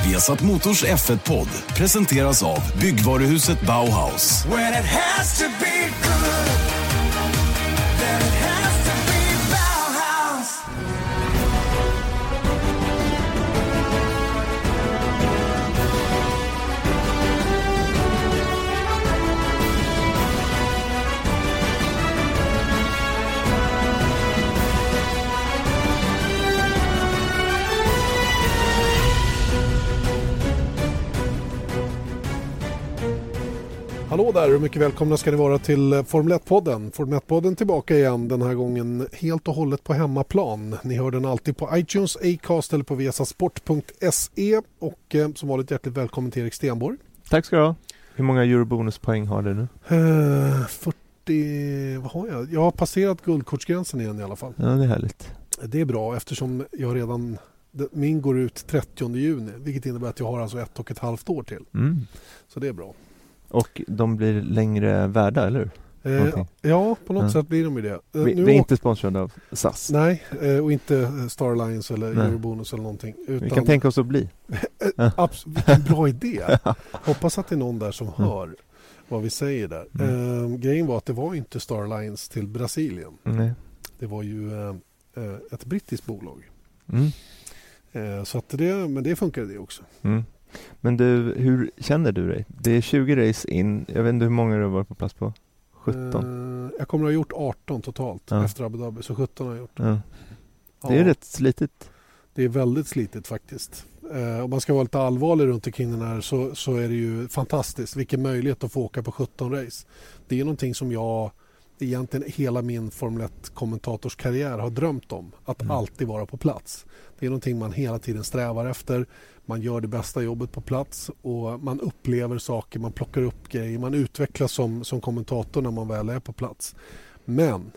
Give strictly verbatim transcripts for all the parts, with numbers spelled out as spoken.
Viasat Motors F ett-podd presenteras av Byggvaruhuset Bauhaus. When it has to be good, then it has to be Bauhaus. Hallå där och mycket välkomna ska ni vara till Formel ett-podden. Formel ett-podden tillbaka igen, den här gången helt och hållet på hemmaplan. Ni hör den alltid på iTunes, Acast eller på viasasport punkt se. Och eh, som vanligt hjärtligt välkommen till Erik Stenborg. Tack ska du ha. Hur många eurobonuspoäng har du nu? Eh, fyrtio, vad har jag? Jag har passerat guldkortsgränsen igen i alla fall. Ja, det är härligt. Det är bra eftersom jag redan, min går ut trettionde juni. Vilket innebär att jag har alltså ett och ett halvt år till. Mm. Så det är bra. Och de blir längre värda, eller hur? Eh, ja, på något ja. sätt blir de ju det. Eh, vi, nu vi är åk- inte sponsrade av S A S. Nej, eh, och inte Star Alliance eller Nej. Eurobonus eller någonting. Utan, vi kan tänka oss att bli. Absolut, vilken bra idé. Hoppas att det är någon där som hör mm. vad vi säger där. Mm. Eh, grejen var att det var inte Star Alliance till Brasilien. Mm. Det var ju eh, ett brittiskt bolag. Mm. Eh, så att det, men det funkade det också. Mm. Men du, hur känner du dig? Det är tjugo race in. Jag vet inte hur många du har varit på plats på. sjutton? Eh, jag kommer att ha gjort arton totalt ja. efter Abu Dhabi. Så sjutton har jag gjort. Ja. Det är ja. rätt slitigt. Det är väldigt slitigt faktiskt. Eh, om man ska vara lite allvarlig runt omkring den här så, så är det ju fantastiskt. Vilken möjlighet att få åka på sjutton race. Det är någonting som jag egentligen hela min Formel ett-kommentatorskarriär har drömt om. Att mm. alltid vara på plats. Det är någonting man hela tiden strävar efter. Man gör det bästa jobbet på plats och man upplever saker, man plockar upp grejer, man utvecklas som, som kommentator när man väl är på plats. Men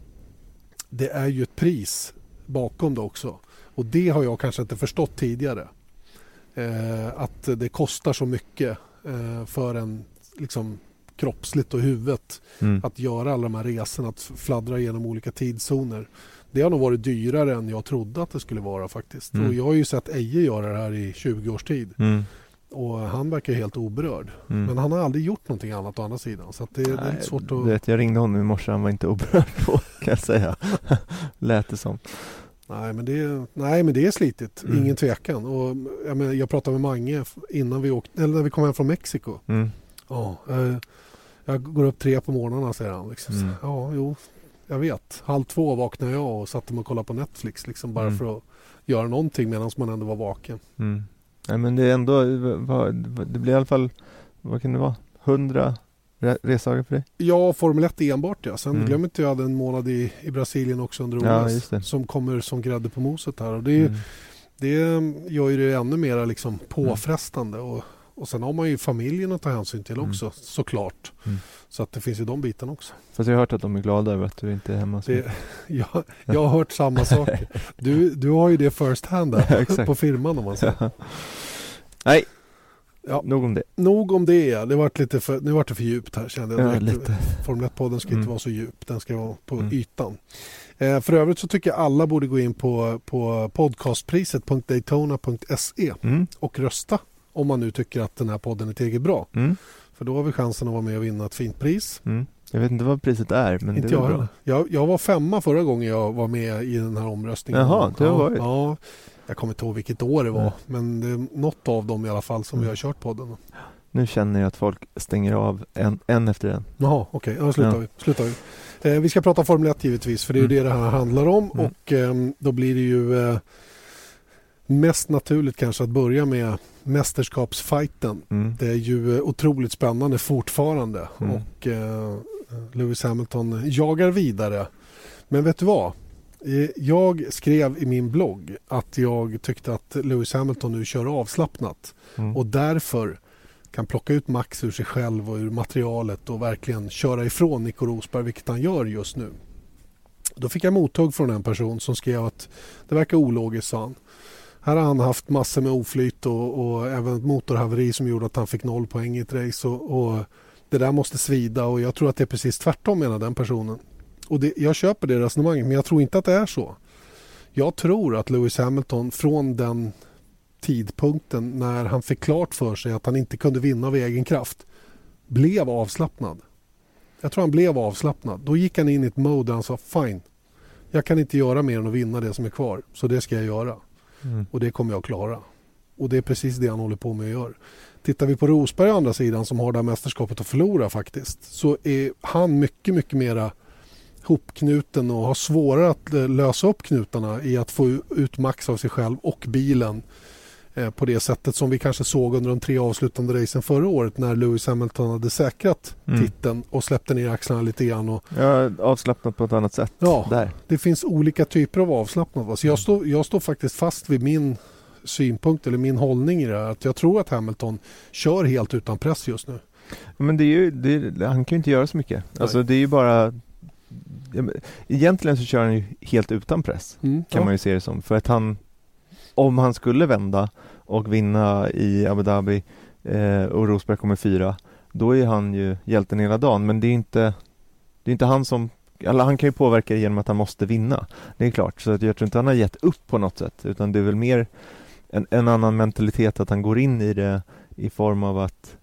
det är ju ett pris bakom det också. Och det har jag kanske inte förstått tidigare. Eh, att det kostar så mycket eh, för en liksom kroppsligt och huvudet mm. att göra alla de här resorna, att fladdra genom olika tidszoner. Det har nog varit dyrare än jag trodde att det skulle vara faktiskt. Mm. Och jag har ju sett Eje göra det här i tjugo års tid. Mm. Och han verkar helt oberörd. Mm. Men han har aldrig gjort någonting annat å andra sidan. Så att det, Nej, det är inte svårt att... Vet, jag ringde honom i morse, han var inte oberörd på, kan jag säga. Lät det som. Nej men, det, nej, men det är slitigt. Mm. Ingen tvekan. Och, jag, menar, jag pratade med Mange innan vi åkte, eller när vi kom hem från Mexiko. Mm. Ja, eh, jag går upp tre på morgnarna, säger han. Liksom. Mm. Ja, jo. Jag vet. Halv två vaknade jag och satte mig och kollade på Netflix liksom, bara mm. för att göra någonting medan man ändå var vaken. Mm. Nej, men det är ändå det blir i alla fall, vad kan det vara? hundra resdagar för dig? Ja, Formel ett enbart ja. Sen mm. glömmer inte jag en månad i, i Brasilien också under O S ja, som kommer som grädde på moset här. Och det, mm. det gör ju det ännu mer liksom påfrestande och Och sen har man ju familjen att ta hänsyn till också, mm. såklart. Mm. Så att det finns ju de bitarna också. Fast jag har hört att de är glada över att du inte är hemma. Det, jag, jag har hört samma saker. Du, du har ju det first hand där ja, på firman om man säger. Ja. Nej, ja. nog om det. Nog om det, ja. Det varit lite för, nu vart det för djupt här, kände jag. Ja, lite. Formel ett-podden ska mm. inte vara så djup, den ska vara på mm. ytan. Eh, för övrigt så tycker jag alla borde gå in på, på podcastpriset punkt daytona punkt se mm. och rösta. Om man nu tycker att den här podden är tillräckligt bra. Mm. För då har vi chansen att vara med och vinna ett fint pris. Mm. Jag vet inte vad priset är, men inte det är jag, bra. Jag, jag var femma förra gången jag var med i den här omröstningen. Jaha, det har varit. Ja, jag kommer inte ihåg vilket år det var. Mm. Men det är något av dem i alla fall som mm. vi har kört podden. Nu känner jag att folk stänger av en, en efter en. Jaha, okej. Okay. Ja, slutar ja. vi. Slutar vi. Eh, vi ska prata Formel ett givetvis, för det är mm. ju det det här handlar om. Mm. Och eh, då blir det ju... Eh, mest naturligt kanske att börja med mästerskapsfighten. Mm. Det är ju otroligt spännande fortfarande. Mm. Och eh, Lewis Hamilton jagar vidare. Men vet du vad? Jag skrev i min blogg att jag tyckte att Lewis Hamilton nu kör avslappnat. Mm. Och därför kan plocka ut max ur sig själv och ur materialet och verkligen köra ifrån Nico Rosberg, vilket han gör just nu. Då fick jag mottag från en person som skrev att det verkar ologiskt, sa han. Här har han haft massor med oflyt och, och även ett motorhaveri som gjorde att han fick noll poäng i ett race. Och, och det där måste svida och jag tror att det är precis tvärtom, menar den personen. Och det, jag köper det resonemanget, men jag tror inte att det är så. Jag tror att Lewis Hamilton från den tidpunkten när han fick klart för sig att han inte kunde vinna av egen kraft blev avslappnad. Jag tror han blev avslappnad. Då gick han in i ett mode där han sa fine, jag kan inte göra mer än att vinna det som är kvar, så det ska jag göra. Mm. Och det kommer jag att klara. Och det är precis det han håller på med att göra. Tittar vi på Rosberg å andra sidan som har det här mästerskapet att förlora faktiskt, så är han mycket, mycket mera hopknuten och har svårare att lösa upp knutarna i att få ut max av sig själv och bilen eh, på det sättet som vi kanske såg under de tre avslutande racen förra året när Lewis Hamilton hade säkrat mm. titeln och släppte ner axlarna lite grann. Och, ja, avslappnat på ett annat sätt. Ja, där. Det finns olika typer av avslappnat. Så jag, står, jag står faktiskt fast vid min synpunkt eller min hållning i det här, att jag tror att Hamilton kör helt utan press just nu. Men det är ju, det är, han kan ju inte göra så mycket. Nej. Alltså det är ju bara, egentligen så kör han ju helt utan press mm, kan ja. man ju se det som. För att han, om han skulle vända och vinna i Abu Dhabi eh, och Rosberg kommer fyra, då är han ju hjälten hela dagen. Men det är inte, det är inte han som, eller han kan ju påverka genom att han måste vinna. Det är klart, så att jag tror inte han har gett upp på något sätt, utan det är väl mer en, en annan mentalitet att han går in i det i form av att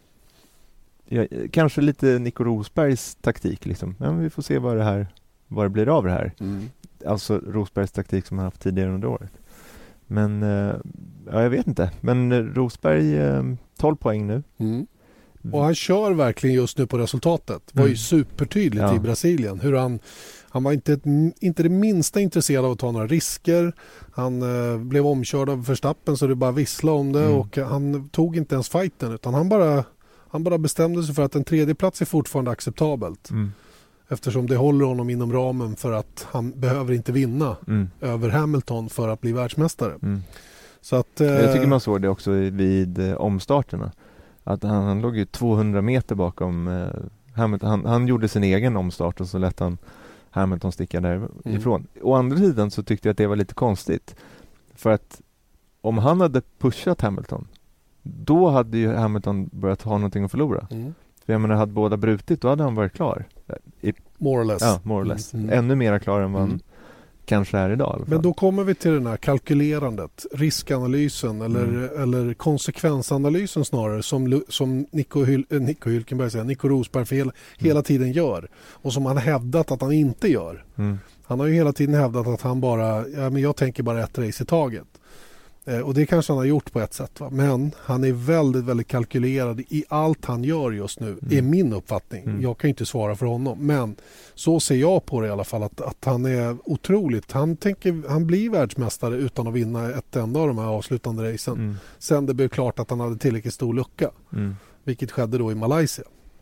ja, kanske lite Nico Rosbergs taktik liksom. Men vi får se vad det här, vad det blir av det här. Mm. Alltså Rosbergs taktik som han haft tidigare under året. Men eh, ja, jag vet inte. Men Rosberg eh, tolv poäng nu. Mm. Och han kör verkligen just nu på resultatet. Det var ju mm. supertydligt ja. i Brasilien. Hur han, han var inte, ett, inte det minsta intresserad av att ta några risker. Han eh, blev omkörd av Verstappen så det bara vissla om det. Mm. Och han tog inte ens fighten, utan han bara, han bara bestämde sig för att en tredje plats är fortfarande acceptabelt. Mm. Eftersom det håller honom inom ramen för att han behöver inte vinna mm. över Hamilton för att bli världsmästare. Mm. Så att, eh, jag tycker man såg det också vid eh, omstarterna. Att han, han låg ju tvåhundra meter bakom eh, Hamilton. Han, han gjorde sin egen omstart och så lät han Hamilton sticka därifrån. Mm. Å andra sidan så tyckte jag att det var lite konstigt. För att om han hade pushat Hamilton, då hade ju Hamilton börjat ha någonting att förlora. Mm. För jag menar, hade båda brutit, då hade han varit klar. I, more or less. Ja, more or less. Mm. Ännu mer klar än vad han mm. kanske är idag. Men då kommer vi till den här kalkylerandet, riskanalysen eller, mm. eller konsekvensanalysen snarare, som, som Nico, Hyl, äh, Nico Hülkenberg säger, Nico Rosberg hela, mm. hela tiden gör. Och som han hävdat att han inte gör. Mm. Han har ju hela tiden hävdat att han bara, ja men jag tänker bara ett race i taget. Eh, och det kanske han har gjort på ett sätt, va? Men han är väldigt, väldigt kalkylerad i allt han gör just nu, mm. är min uppfattning. Mm. Jag kan inte svara för honom, men så ser jag på det i alla fall, att, att han är otroligt, han tänker, han blir världsmästare utan att vinna ett enda av de här avslutande racen. Mm. Sen det blev klart att han hade tillräckligt stor lucka, mm. vilket skedde då i Malaysia.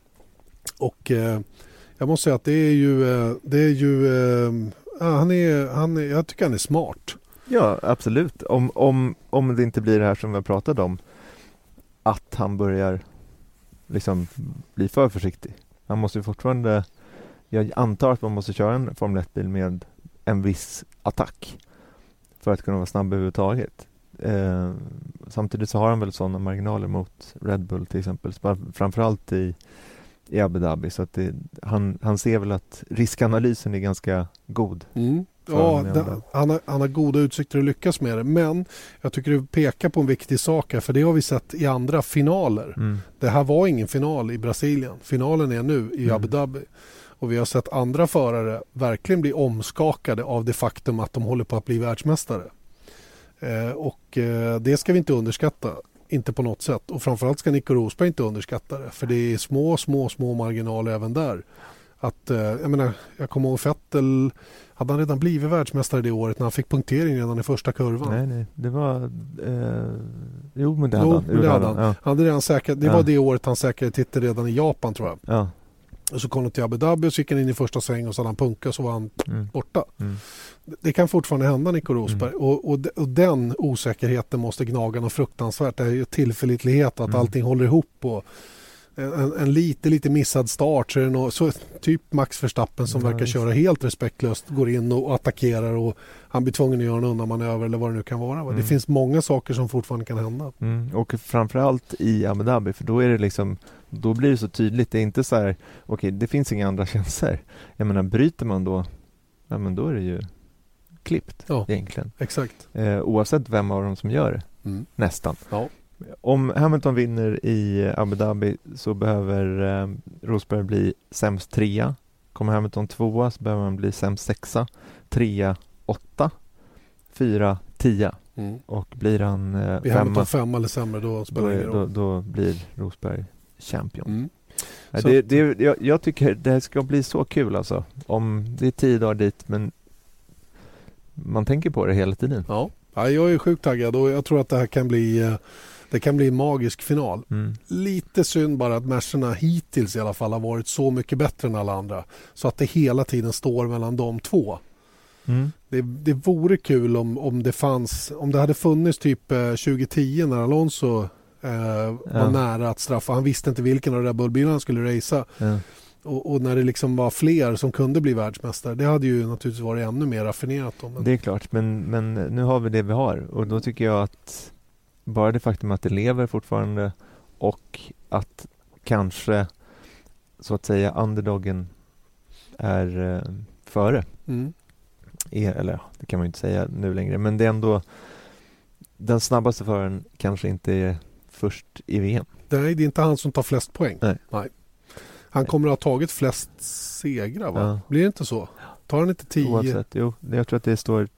Och eh, jag måste säga att det är ju, eh, det är ju eh, han är, han är, jag tycker han är smart. Ja, absolut. Om, om, om det inte blir det här som vi har pratat om, att han börjar liksom bli för försiktig. Han måste ju fortfarande, jag antar att man måste köra en Formel ett-bil med en viss attack för att kunna vara snabb överhuvudtaget. Eh, samtidigt så har han väl sådana marginaler mot Red Bull till exempel, framförallt i, i Abu Dhabi, så att det, han, han ser väl att riskanalysen är ganska god. Mm. Ja, det, han, har, han har goda utsikter att lyckas med det, men jag tycker du pekar på en viktig sak här, för det har vi sett i andra finaler. Mm. Det här var ingen final i Brasilien. Finalen är nu i mm. Abu Dhabi. Och vi har sett andra förare verkligen bli omskakade av det faktum att de håller på att bli världsmästare. Eh, och eh, det ska vi inte underskatta. Inte på något sätt. Och framförallt ska Nico Rosberg inte underskatta det. För det är små, små, små marginaler även där. Att, eh, jag menar, jag kommer ihåg Vettel, hade han redan blivit världsmästare det året när han fick punktering redan i första kurvan? Nej, nej, det var eh, jo, men det hade jo, han. Men det hade han. Ja. Han hade redan säkrat, det ja. var det året han säkrade titel redan i Japan, tror jag. Ja. Och så kom han till Abu Dhabi och så gick han in i första sväng och så hade han punka, så var han mm. borta. Mm. Det kan fortfarande hända Nico Rosberg. Mm. Och, och, och den osäkerheten måste gnaga något fruktansvärt. Det är ju tillförlitlighet och att mm. allting håller ihop och En, en lite lite missad start, så är det nå, så typ Max Verstappen som ja, verkar köra helt respektlöst, går in och attackerar och han blir tvungen att göra en undanmanöver eller vad det nu kan vara. Mm. Det finns många saker som fortfarande kan hända. Mm. Och framförallt i Abu Dhabi, för då är det liksom, då blir det så tydligt. Det är inte så här, okej, okay, det finns inga andra chanser. Jag menar, bryter man då, ja men då är det ju klippt ja, egentligen. Exakt. Eh, oavsett vem av dem som gör det. Mm. Nästan. Ja. Om Hamilton vinner i Abu Dhabi så behöver eh, Rosberg bli sämst trea. Kommer Hamilton tvåa så behöver han bli sämst sexa. Trea, åtta. Fyra, tia. Mm. Och blir han eh, Blir femma, Hamilton femma eller sämre då spelar då, det är, ingen då, roll. då blir Rosberg champion. Mm. Ja, Så det, att- det, jag, jag tycker det ska bli så kul alltså. Om det är tio dagar dit, men man tänker på det hela tiden. Ja. Ja, jag är sjukt taggad och jag tror att det här kan bli eh, det kan bli en magisk final. Mm. Lite synd bara att matcherna hittills i alla fall har varit så mycket bättre än alla andra. Så att det hela tiden står mellan de två. Mm. Det, det vore kul om, om det fanns, om det hade funnits typ eh, tjugo tio när Alonso eh, var Ja. nära att straffa. Han visste inte vilken av de där bullbilarna han skulle racea. Ja. Och, och när det liksom var fler som kunde bli världsmästare. Det hade ju naturligtvis varit ännu mer raffinerat. Då, men... Det är klart, men, men nu har vi det vi har. Och då tycker jag att bara det faktum att det lever fortfarande och att kanske så att säga underdoggen är eh, före. Mm. Är, eller ja, det kan man ju inte säga nu längre. Men det är ändå den snabbaste föraren kanske inte är först i V M. Nej, det är inte han som tar flest poäng. Nej. Han kommer att ha tagit flest segrar, va? Ja. Blir det inte så? Tar han inte tio? Oavsett, jo, jag tror att det står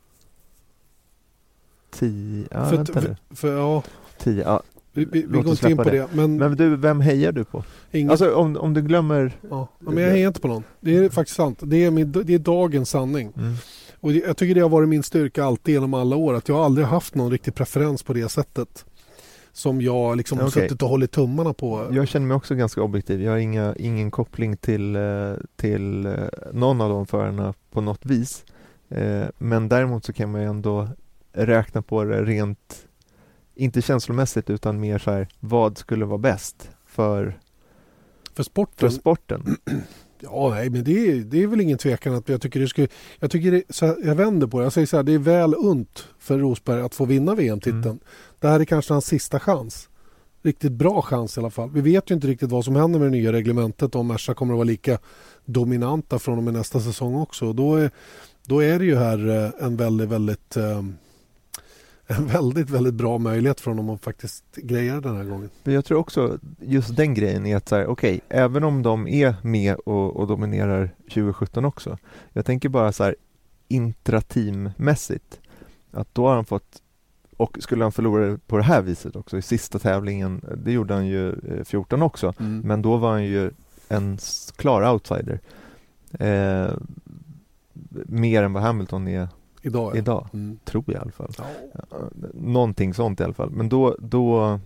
tio, ja för, vänta nu. för, för, ja, tio, ja. vi, vi, vi Låt går oss inte in på släppa det. Men, Men du, vem hejar du på? ingen, Alltså om, om du glömmer... ja, men jag hejar inte på någon. Det är faktiskt sant. Det är, min, det är dagens sanning. Mm. Och det, jag tycker det har varit min styrka alltid genom alla år. Att jag har aldrig haft någon riktig preferens på det sättet. Som jag liksom har Okej. suttit och hållit tummarna på. Jag känner mig också ganska objektiv. Jag har inga, ingen koppling till, eh, till eh, någon av de förarna på något vis. Eh, men däremot så kan man ju ändå räkna på det rent, inte känslomässigt utan mer så här, vad skulle vara bäst för, För sporten. för sporten? Ja, nej, men det är, det är väl ingen tvekan att jag tycker det skulle, jag tycker det, så här, jag vänder på det. Jag säger så här, det är väl unt för Rosberg att få vinna V M-titeln. Mm. Det här är kanske hans sista chans. Riktigt bra chans i alla fall. Vi vet ju inte riktigt vad som händer med det nya reglementet, om Merca kommer att vara lika dominanta från och med nästa säsong också. Då är, då är det ju här eh, en väldigt, väldigt eh, en väldigt, väldigt bra möjlighet för honom att faktiskt greja den här gången. Men jag tror också just den grejen är att så här, okej, även om de är med och, och dominerar tjugo sjutton också. Jag tänker bara så här intrateammässigt att då har han fått, och skulle han förlora på det här viset också i sista tävlingen, det gjorde han ju eh, fjorton också, Mm. men då var han ju en s- klar outsider. Eh, mer än vad Hamilton är Idag. Ja. idag, Mm. tror jag i alla fall. Ja. Någonting sånt i alla fall. Men då, då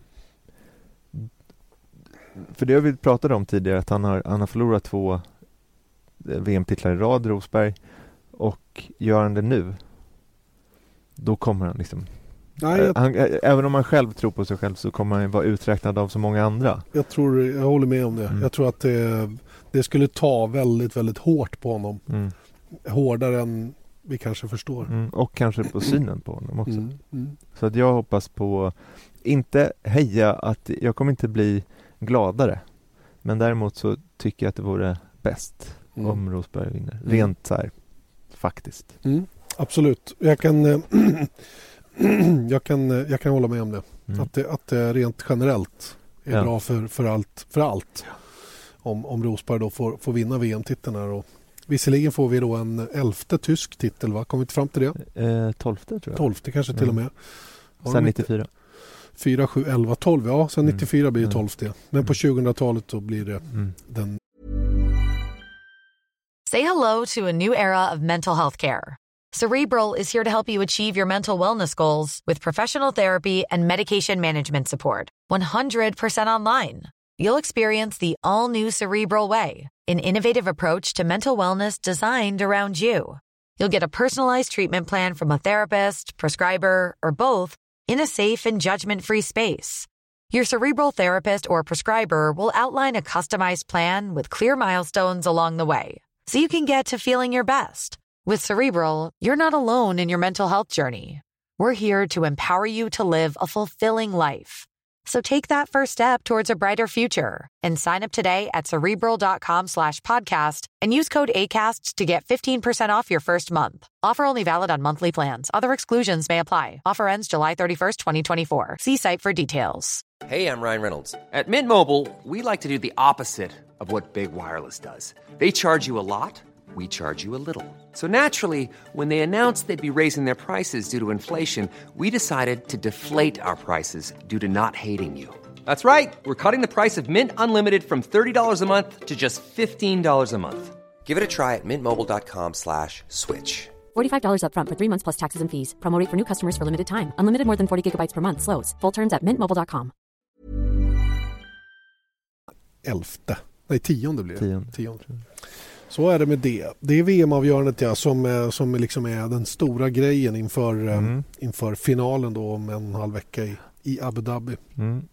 för det har vi pratat om tidigare, att han har, han har förlorat två V M-titlar i rad, Rosberg, och gör han det nu, då kommer han liksom Nej, jag, han, även om han själv tror på sig själv så kommer han vara uträknad av så många andra. jag tror, jag håller med om det. Mm. Jag tror att det, det skulle ta väldigt, väldigt hårt på honom. Mm. Hårdare än vi kanske förstår. Mm. Och kanske på synen på honom också. Mm. Mm. Så att jag hoppas på, inte heja att jag kommer inte bli gladare, men däremot så tycker jag att det vore bäst Mm. om Rosberg vinner. Mm. Rent så här faktiskt. Mm. Absolut. Jag kan, eh, jag, kan, eh, jag kan hålla med om det. Mm. Att det, att det rent generellt är Ja. bra för, för allt. För allt. Om, om Rosberg då får, får vinna V M-titeln här. Och visserligen får vi då en elfte tysk titel, va? Kommer vi inte fram till det? Eh, tolfte tror jag. Tolfte kanske till och med. Har Sen de inte- nittiofyra. fyra, sju, elva, tolv. Ja, sen Mm. nittiofyra blir det Mm. tolfte. Men på tjugohundratalet då blir det Mm. den. Say hello to a new era of mental health care. Cerebral is here to help you achieve your mental wellness goals with professional therapy and medication management support. one hundred percent online. You'll experience the all-new Cerebral Way, an innovative approach to mental wellness designed around you. You'll get a personalized treatment plan from a therapist, prescriber, or both in a safe and judgment-free space. Your Cerebral therapist or prescriber will outline a customized plan with clear milestones along the way, so you can get to feeling your best. With Cerebral, you're not alone in your mental health journey. We're here to empower you to live a fulfilling life. So take that first step towards a brighter future and sign up today at Cerebral.com slash podcast and use code ACAST to get fifteen percent off your first month. Offer only valid on monthly plans. Other exclusions may apply. Offer ends July thirty-first, twenty twenty-four. See site for details. Hey, I'm Ryan Reynolds. At Mint Mobile, we like to do the opposite of what Big Wireless does. They charge you a lot. We charge you a little. So naturally, when they announced they'd be raising their prices due to inflation, we decided to deflate our prices due to not hating you. That's right. We're cutting the price of Mint Unlimited from thirty dollars a month to just fifteen dollars a month. Give it a try at mintmobile.com slash switch. forty-five dollars up front for three months plus taxes and fees. Promo rate for new customers for limited time. Unlimited more than forty gigabytes per month. Slows full terms at mint mobile dot com. Elfte. Nej, tionde blir det. Tionde. Tionde. Så är det med det. Det är V M-avgörandet ja, som, som liksom är den stora grejen inför, mm. inför finalen då om en halv vecka i, i Abu Dhabi. Mm.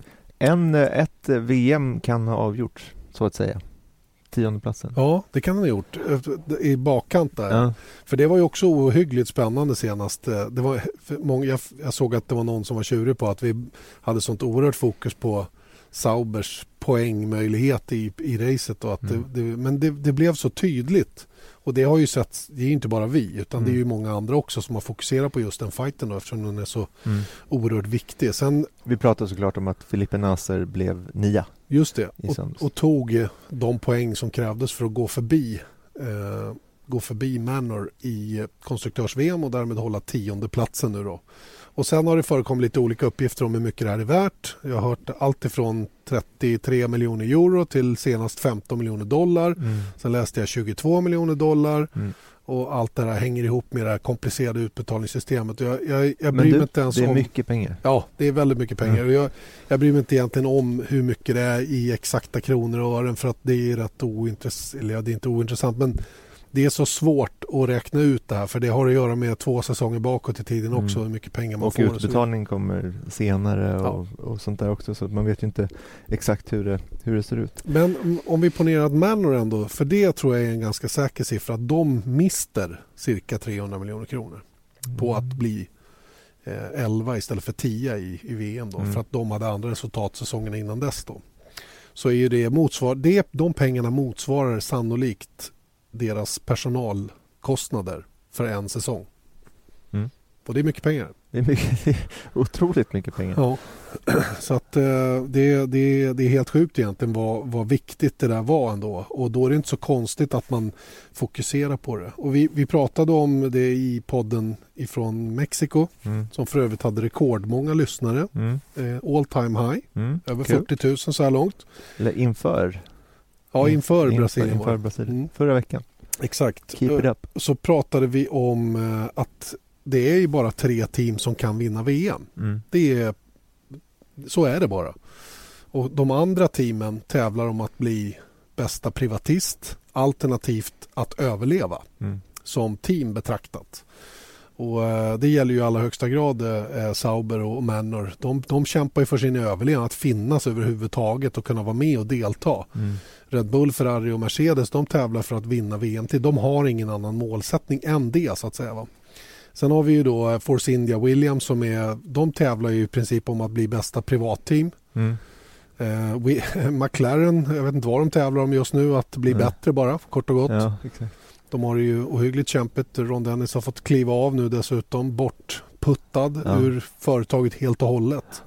En, ett V M kan ha avgjorts, så att säga. Tiondeplatsen. Ja, det kan han ha gjort i bakkant där. Ja. För det var ju också ohyggligt spännande senast. Det var, många, jag, jag såg att det var någon som var tjurig på att vi hade sånt oerhört fokus på Saubers poängmöjlighet i, i racet. Och att mm. det, det, men det, det blev så tydligt. Och det har ju sett, det är inte bara vi utan mm. det är ju många andra också som har fokuserat på just den fighten då, eftersom den är så mm. oerhört viktig. Sen, vi pratade såklart om att Felipe Nasr blev nia. Just det, och, och tog de poäng som krävdes för att gå förbi eh, gå förbi Manor i konstruktörs-V M och därmed hålla tionde platsen nu då. Och sen har det förekommit lite olika uppgifter om hur mycket det här är värt. Jag har hört allt ifrån trettiotre miljoner euro till senast femton miljoner dollar. Mm. Sen läste jag tjugotvå miljoner dollar. Mm. Och allt det här hänger ihop med det här komplicerade utbetalningssystemet. Jag, jag, jag bryr du, mig inte ens det är om... mycket pengar. Ja, det är väldigt mycket pengar. Mm. Och jag, jag bryr mig inte egentligen om hur mycket det är i exakta kronor och ören för att det är rätt ointressant. Eller ja, det är inte ointressant, men det är så svårt att räkna ut det här för det har att göra med två säsonger bakåt i tiden också, mm. hur mycket pengar man och får. Och utbetalning kommer senare och, ja. och sånt där också, så att man vet ju inte exakt hur det, hur det ser ut. Men om vi ponerar att Manor ändå, för det tror jag är en ganska säker siffra, att de mister cirka trehundra miljoner kronor mm. på att bli eh, elva istället för tio i, i V M då, mm. för att de hade andra resultat säsongen innan dess då. Så är ju det, motsvar, det de pengarna motsvarar sannolikt deras personalkostnader för en säsong. Mm. Och det är mycket pengar. Det är, mycket, det är otroligt mycket pengar. Ja. Så att uh, det, det, det är helt sjukt egentligen vad, vad viktigt det där var ändå. Och då är det inte så konstigt att man fokuserar på det. Och vi, vi pratade om det i podden ifrån Mexiko mm. som för övrigt hade rekordmånga lyssnare. Mm. Uh, all time high. Mm. Över cool. fyrtio tusen så här långt. Eller inför. Ja, inför, inför Brasilien. Inför Brasilien. Mm. Förra veckan. Exakt. Keep it up. Så pratade vi om uh, att det är ju bara tre team som kan vinna V M. Mm. Det är, så är det bara. Och de andra teamen tävlar om att bli bästa privatist alternativt att överleva mm. som team betraktat. Och eh, det gäller ju i allra högsta grad eh, Sauber och Manor. De, de kämpar ju för sin överlevnad, att finnas överhuvudtaget och kunna vara med och delta. Mm. Red Bull, Ferrari och Mercedes, de tävlar för att vinna V M till. De har ingen annan målsättning än det så att säga, va? Sen har vi ju då Force India Williams som är, de tävlar ju i princip om att bli bästa privatteam. Mm. Eh, we, McLaren, jag vet inte vad de tävlar om just nu, att bli mm. bättre bara, kort och gott. Ja, exakt. De har ju ohyggligt kämpet. Ron Dennis har fått kliva av nu dessutom, bortputtad ja. ur företaget helt och hållet.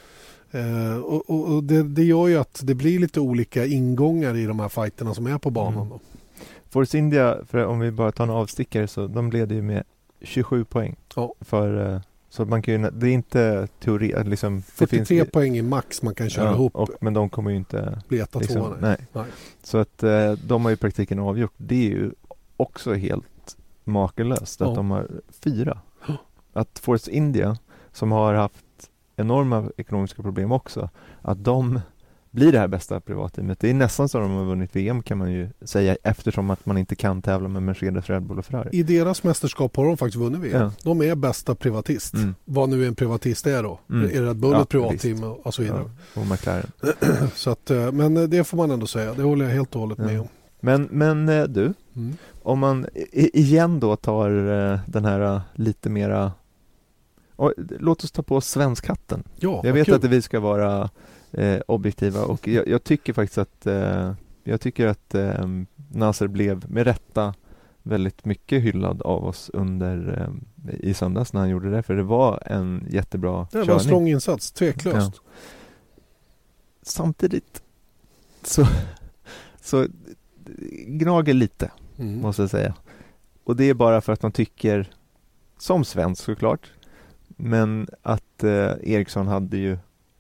Eh, och och det, det gör ju att det blir lite olika ingångar i de här fighterna som är på banan. Mm. Då. Force India, för om vi bara tar en avstickare, så de leder ju med tjugosju poäng. Ja. För, så man kan ju, det är inte teori, liksom, fyrtiotre det finns, poäng i max man kan köra ja, ihop. Och, men de kommer ju inte bli etta liksom, två, nej. nej. nej. Så att de har ju praktiken avgjort. Det är ju också helt makalöst att ja. de har fyra. Ja. Att Force India, som har haft enorma ekonomiska problem också, att de blir det här bästa privatteamet. Det är nästan så att de har vunnit V M, kan man ju säga, eftersom att man inte kan tävla med Mercedes, Red Bull och Ferrari. I deras mästerskap har de faktiskt vunnit V M. Ja. De är bästa privatist. Mm. Vad nu en privatist är då. Mm. Är Red Bull ja, ett privatteam och, och så vidare. Ja. Och McLaren. Så att, men det får man ändå säga. Det håller jag helt och hållet ja. med om. Men, men du, mm. om man igen då tar den här lite mera Och, låt oss ta på svenskhatten. Ja, jag vet kul. att vi ska vara eh, objektiva och jag, jag tycker faktiskt att eh, jag tycker att eh, Nasser blev med rätta väldigt mycket hyllad av oss under eh, i söndags när han gjorde det, för det var en jättebra det körning. var en strong insats, tveklöst. Ja. Samtidigt så, så gnager lite, Mm. måste jag säga. Och det är bara för att man tycker, som svensk såklart, men att eh, Eriksson hade ju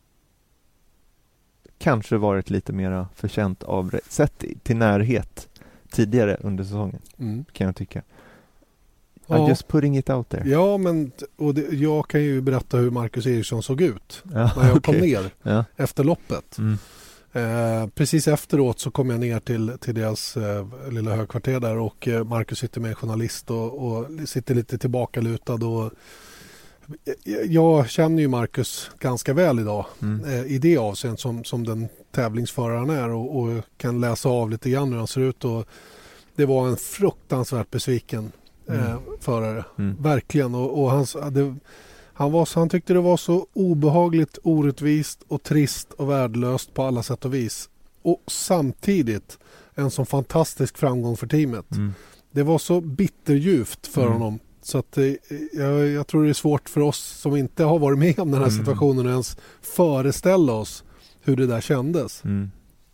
kanske varit lite mera förtjänt av sett till närhet tidigare under säsongen, Mm. kan jag tycka. Ja. I'm just putting it out there. Ja, men och det, jag kan ju berätta hur Marcus Eriksson såg ut Ja, när jag kom okej. ner Ja. efter loppet. Mm. Eh, precis efteråt så kom jag ner till, till deras eh, lilla högkvarter där och eh, Marcus sitter med en journalist och, och sitter lite tillbakalutad och jag, jag känner ju Marcus ganska väl idag Mm. eh, i det avseendet som, som den tävlingsförare han är och, och kan läsa av lite grann hur han ser ut och det var en fruktansvärt besviken eh, Mm. förare. Mm. Verkligen och, och hans, det, han, var, så- han tyckte det var så obehagligt, orättvist och trist och värdelöst på alla sätt och vis. Och samtidigt en sån fantastisk framgång för teamet. Mm. Det var så bitterljuvt för Mm. honom. Så att eh, jag, jag tror det är svårt för oss som inte har varit med om den här Mm. situationen att ens föreställa oss hur det där kändes. Mm.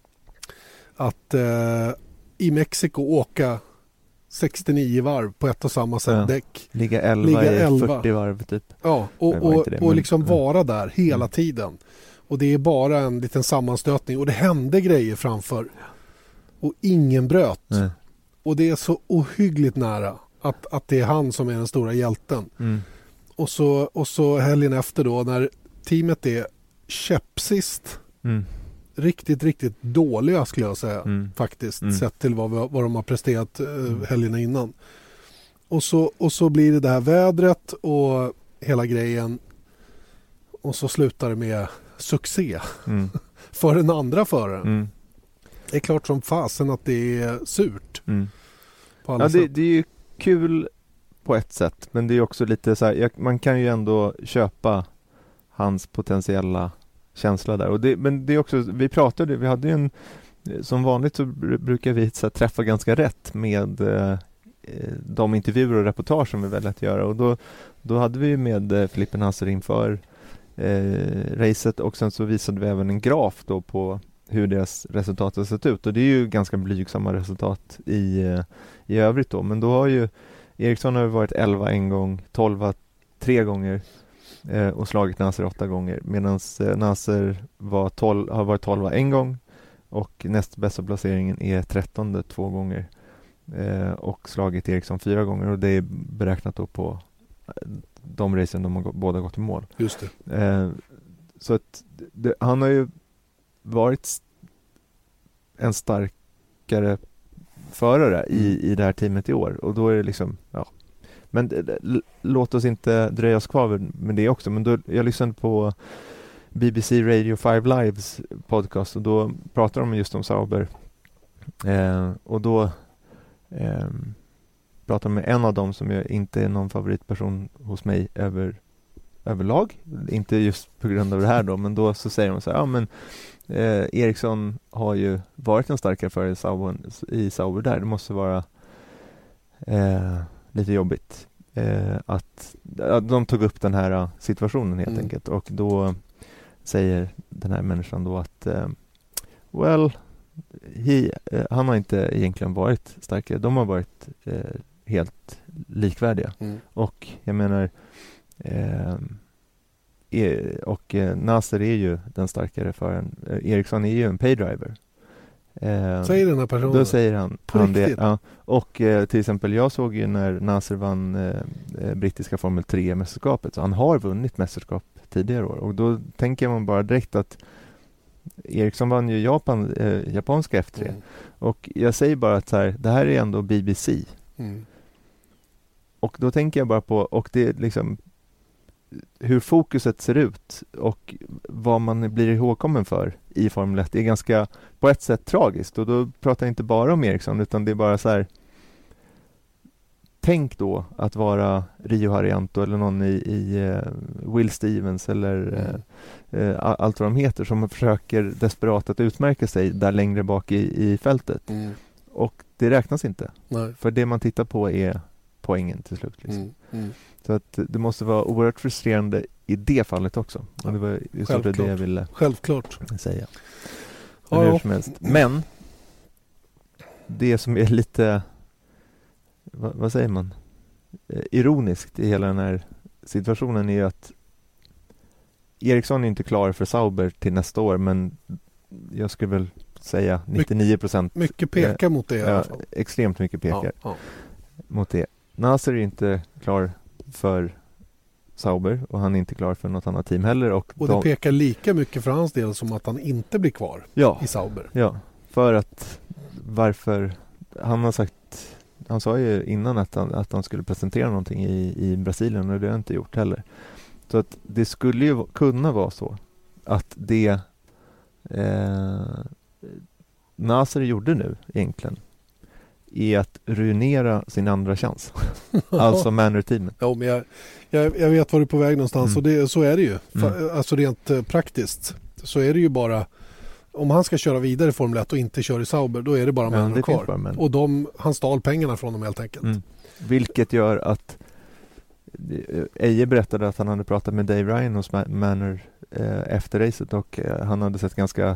Att eh, i Mexiko åka sextionio varv på ett och samma sätt Ja. däck. Ligga elva Ligga i elva. fyrtio varv typ. Ja, och, Det var och, inte det, och men- liksom ja. vara där hela Mm. tiden. Och det är bara en liten sammanstötning och det hände grejer framför. Och ingen bröt. Nej. Och det är så ohyggligt nära att, att det är han som är den stora hjälten. Mm. Och så, och så helgen efter då när teamet är käppsist, Mm. riktigt, riktigt dåliga skulle jag säga. Mm. Faktiskt, Mm. sett till vad, vi- vad de har presterat eh, helgerna innan. Och så, och så blir det det här vädret och hela grejen och så slutar det med succé Mm. för den andra föraren. Mm. Det är klart som fasen att det är surt Mm. på alla Ja, det, sätt. det är ju kul på ett sätt, men det är också lite så här, jag, man kan ju ändå köpa hans potentiella känsla där. Och det, men det är också, vi pratade, vi hade ju en, som vanligt så br- brukar vi så här, träffa ganska rätt med eh, de intervjuer och reportage som vi väljer att göra. Och då, då hade vi med eh, Filippe Nasser inför eh, racet och sen så visade vi även en graf då på hur deras resultat har sett ut. Och det är ju ganska blygsamma resultat i, eh, i övrigt då. Men då har ju Eriksson har varit elva en gång, tolv tre gånger eh, och slagit Nasser åtta gånger. Medan eh, Nasser var tolv, har varit tolv en gång och näst bästa placeringen är trettonde två gånger. Eh, och slagit Eriksson fyra gånger och det är beräknat då på eh, de racen de har gå- båda gått i mål. Just det. Eh, så att det, han har ju varit st- en starkare förare i, i det här teamet i år och då är det liksom, ja. Men det, det, l- låt oss inte dröja oss kvar med- med det också. Men då, jag lyssnade på B B C Radio five Lives podcast och då pratar de just om Sauber. Eh, och då eh, pratar de med en av dem som jag inte är någon favoritperson hos mig över överlag, inte just på grund av det här då, men då så säger de så här, ja men eh, Eriksson har ju varit en starkare förare i Sauber, i Sauber där, det måste vara eh, lite jobbigt eh, att ja, de tog upp den här uh, situationen helt Mm. enkelt och då säger den här människan då att eh, well he, eh, han har inte egentligen varit starkare, de har varit eh, helt likvärdiga Mm. och jag menar eh, är, och eh, Nasser är ju den starkare föraren. Eh, Eriksson är ju en paydriver. Eh, Säger den här personen. Då säger han, På han det. riktigt? Ja. Och eh, till exempel jag såg ju när Nasser vann eh, eh, brittiska Formel tre-mästerskapet. Så han har vunnit mästerskap tidigare år. Och då tänker man bara direkt att Eriksson vann ju Japan, eh, japanska F tre. Mm. Och jag säger bara att så här, det här är ändå B B C. Mm. Och då tänker jag bara på, och det är liksom hur fokuset ser ut och vad man blir ihågkommen för i Formel ett. Det är ganska, på ett sätt tragiskt. Och då pratar jag inte bara om Eriksson utan det är bara så här, tänk då att vara Rio Haryanto eller någon i, i uh, Will Stevens eller Mm. uh, uh, allt vad de heter som försöker desperat att utmärka sig där längre bak i, i fältet. Mm. Och det räknas inte. Nej. För det man tittar på är poängen till slut. Liksom. Mm. Mm. Så att det måste vara oerhört frustrerande i det fallet också. Och det var i stort sett det jag ville Självklart. säga. Ja, Men, hur ja. som helst. Men det som är lite, vad, vad säger man, eh, ironiskt i hela den här situationen är ju att Eriksson är inte klar för Sauber till nästa år, men jag skulle väl säga nittionio procent Mycket pekar mot det i alla ja, fall. extremt mycket pekar Ja, ja. mot det. Nasser är inte klar för Sauber och han är inte klar för något annat team heller. Och, Och de, det pekar lika mycket för hans del som att han inte blir kvar ja, i Sauber. ja, för att varför han har sagt, han sa ju innan att han, att han skulle presentera någonting i, i Brasilien och det har han inte gjort heller. Så att det skulle ju kunna vara så att det eh, Nasser gjorde nu egentligen är att ruinera sin andra chans. Alltså Manor-teamet. Ja, men jag, jag, jag vet var du är på väg någonstans Mm. och det, så är det ju. Mm. Fa- Alltså rent eh, praktiskt så är det ju bara, om han ska köra vidare i Formel ett och inte köra i Sauber, då är det bara Ja, Manor det kvar. finns bara Manor. Och de, han stal pengarna från dem helt enkelt. Mm. Vilket gör att Eje berättade att han hade pratat med Dave Ryan hos Ma- Manor eh, efter racet och eh, han hade sett ganska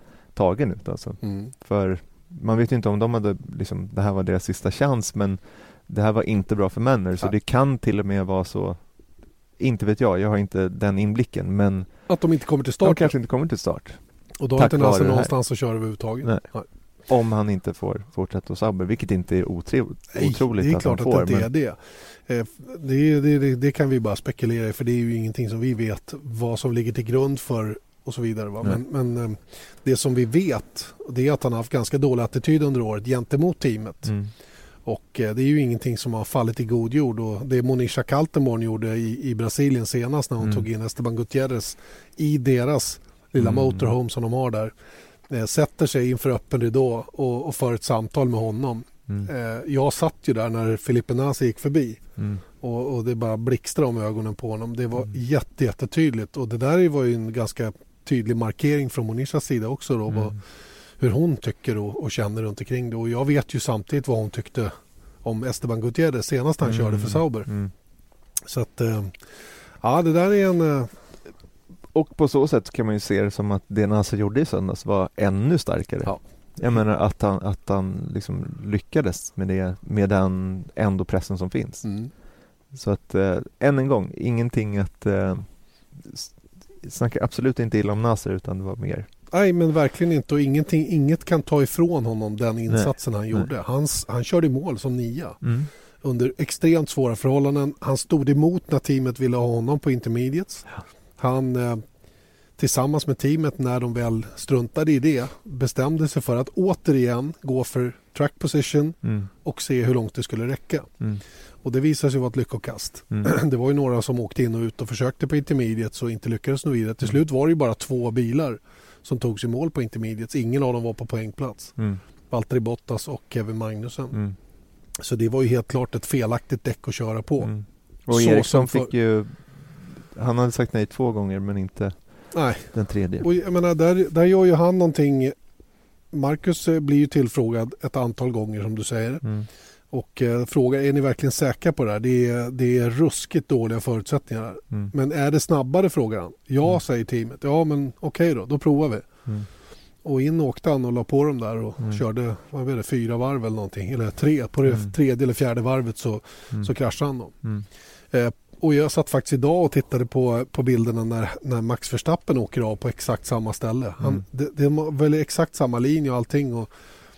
tagen ut alltså. Mm. För man vet ju inte om de hade liksom, det här var deras sista chans, men det här var inte bra för Manor, så Nej. det kan till och med vara så, inte vet jag, jag har inte den inblicken, men Att de inte kommer till de start. kanske inte kommer till start. Och då har tack inte vare Nasser det här. någonstans att köra överhuvudtaget. Nej. Nej. Om han inte får fortsätta hos Sauber, vilket inte är otrevligt, Nej, otroligt det är att klart han att får. det inte är det. Eh, Det, det, det. det kan vi bara spekulera i, för det är ju ingenting som vi vet vad som ligger till grund för och så vidare. Va? Men, men eh, det som vi vet, det är att han har haft ganska dålig attityd under året gentemot teamet. Mm. Och eh, det är ju ingenting som har fallit i god jord. Och det Monisha Kaltenborn gjorde i, i Brasilien senast när hon Mm. tog in Esteban Gutierrez i deras lilla Mm. motorhome som de har där. Eh, sätter sig inför öppen ridå och, och för ett samtal med honom. Mm. Eh, jag satt ju där när Felipe Nasr gick förbi. Mm. Och, och det bara blixtrade om ögonen på honom. Det var Mm. jätte, jättetydligt. Och det där var ju en ganska tydlig markering från Monishas sida också då. Mm. Vad, hur hon tycker och, och känner runt omkring det. Och jag vet ju samtidigt vad hon tyckte om Esteban Gutierrez senast han Mm. körde för Sauber. Mm. Så att, eh, ja det där är en... Eh, Och på så sätt kan man ju se det som att det Nasser gjorde i söndags var ännu starkare. Ja. Jag menar att han, att han liksom lyckades med, det, med den ändå pressen som finns. mm. Så att eh, än en gång, ingenting att eh, s- snacka absolut inte illa om Nasser, utan det var mer. Nej men verkligen inte. Och ingenting, inget kan ta ifrån honom den insatsen han gjorde. Hans, han körde i mål som nia. Mm. Under extremt svåra förhållanden. Han stod emot när teamet ville ha honom på intermediates. Ja. Han eh, tillsammans med teamet, när de väl struntade i det, bestämde sig för att återigen gå för track position Mm. och se hur långt det skulle räcka. Mm. Och det visade sig vara ett lyckokast. Mm. Det var ju några som åkte in och ut och försökte på intermediates och inte lyckades nå vidare. Till Mm. slut var det ju bara två bilar som tog sig mål på intermediates. Ingen av dem var på poängplats. Mm. Valtteri Bottas och Kevin Magnussen. Mm. Så det var ju helt klart ett felaktigt däck att köra på. Mm. Och Så Eriksson som för- fick ju, han hade sagt nej två gånger men inte Nej, den tredje. och jag menar, där, där gör ju han någonting. Marcus eh, blir ju tillfrågad ett antal gånger som du säger. Mm. Och eh, frågar, är ni verkligen säkra på det här? Det är, det är ruskigt dåliga förutsättningar här. Mm. Men är det snabbare, frågar han. Ja, Mm. säger teamet. Ja, men okej då, då provar vi. Mm. Och in åkte han och la på dem där och Mm. körde, vad vet det, fyra varv eller någonting. Eller tre. På det Mm. tredje eller fjärde varvet så, Mm. så kraschade han då. Mm. Eh, och jag satt faktiskt idag och tittade på, på bilderna när, när Max Verstappen åker av på exakt samma ställe. Han, Mm. det, det var väl exakt samma linje och allting. Och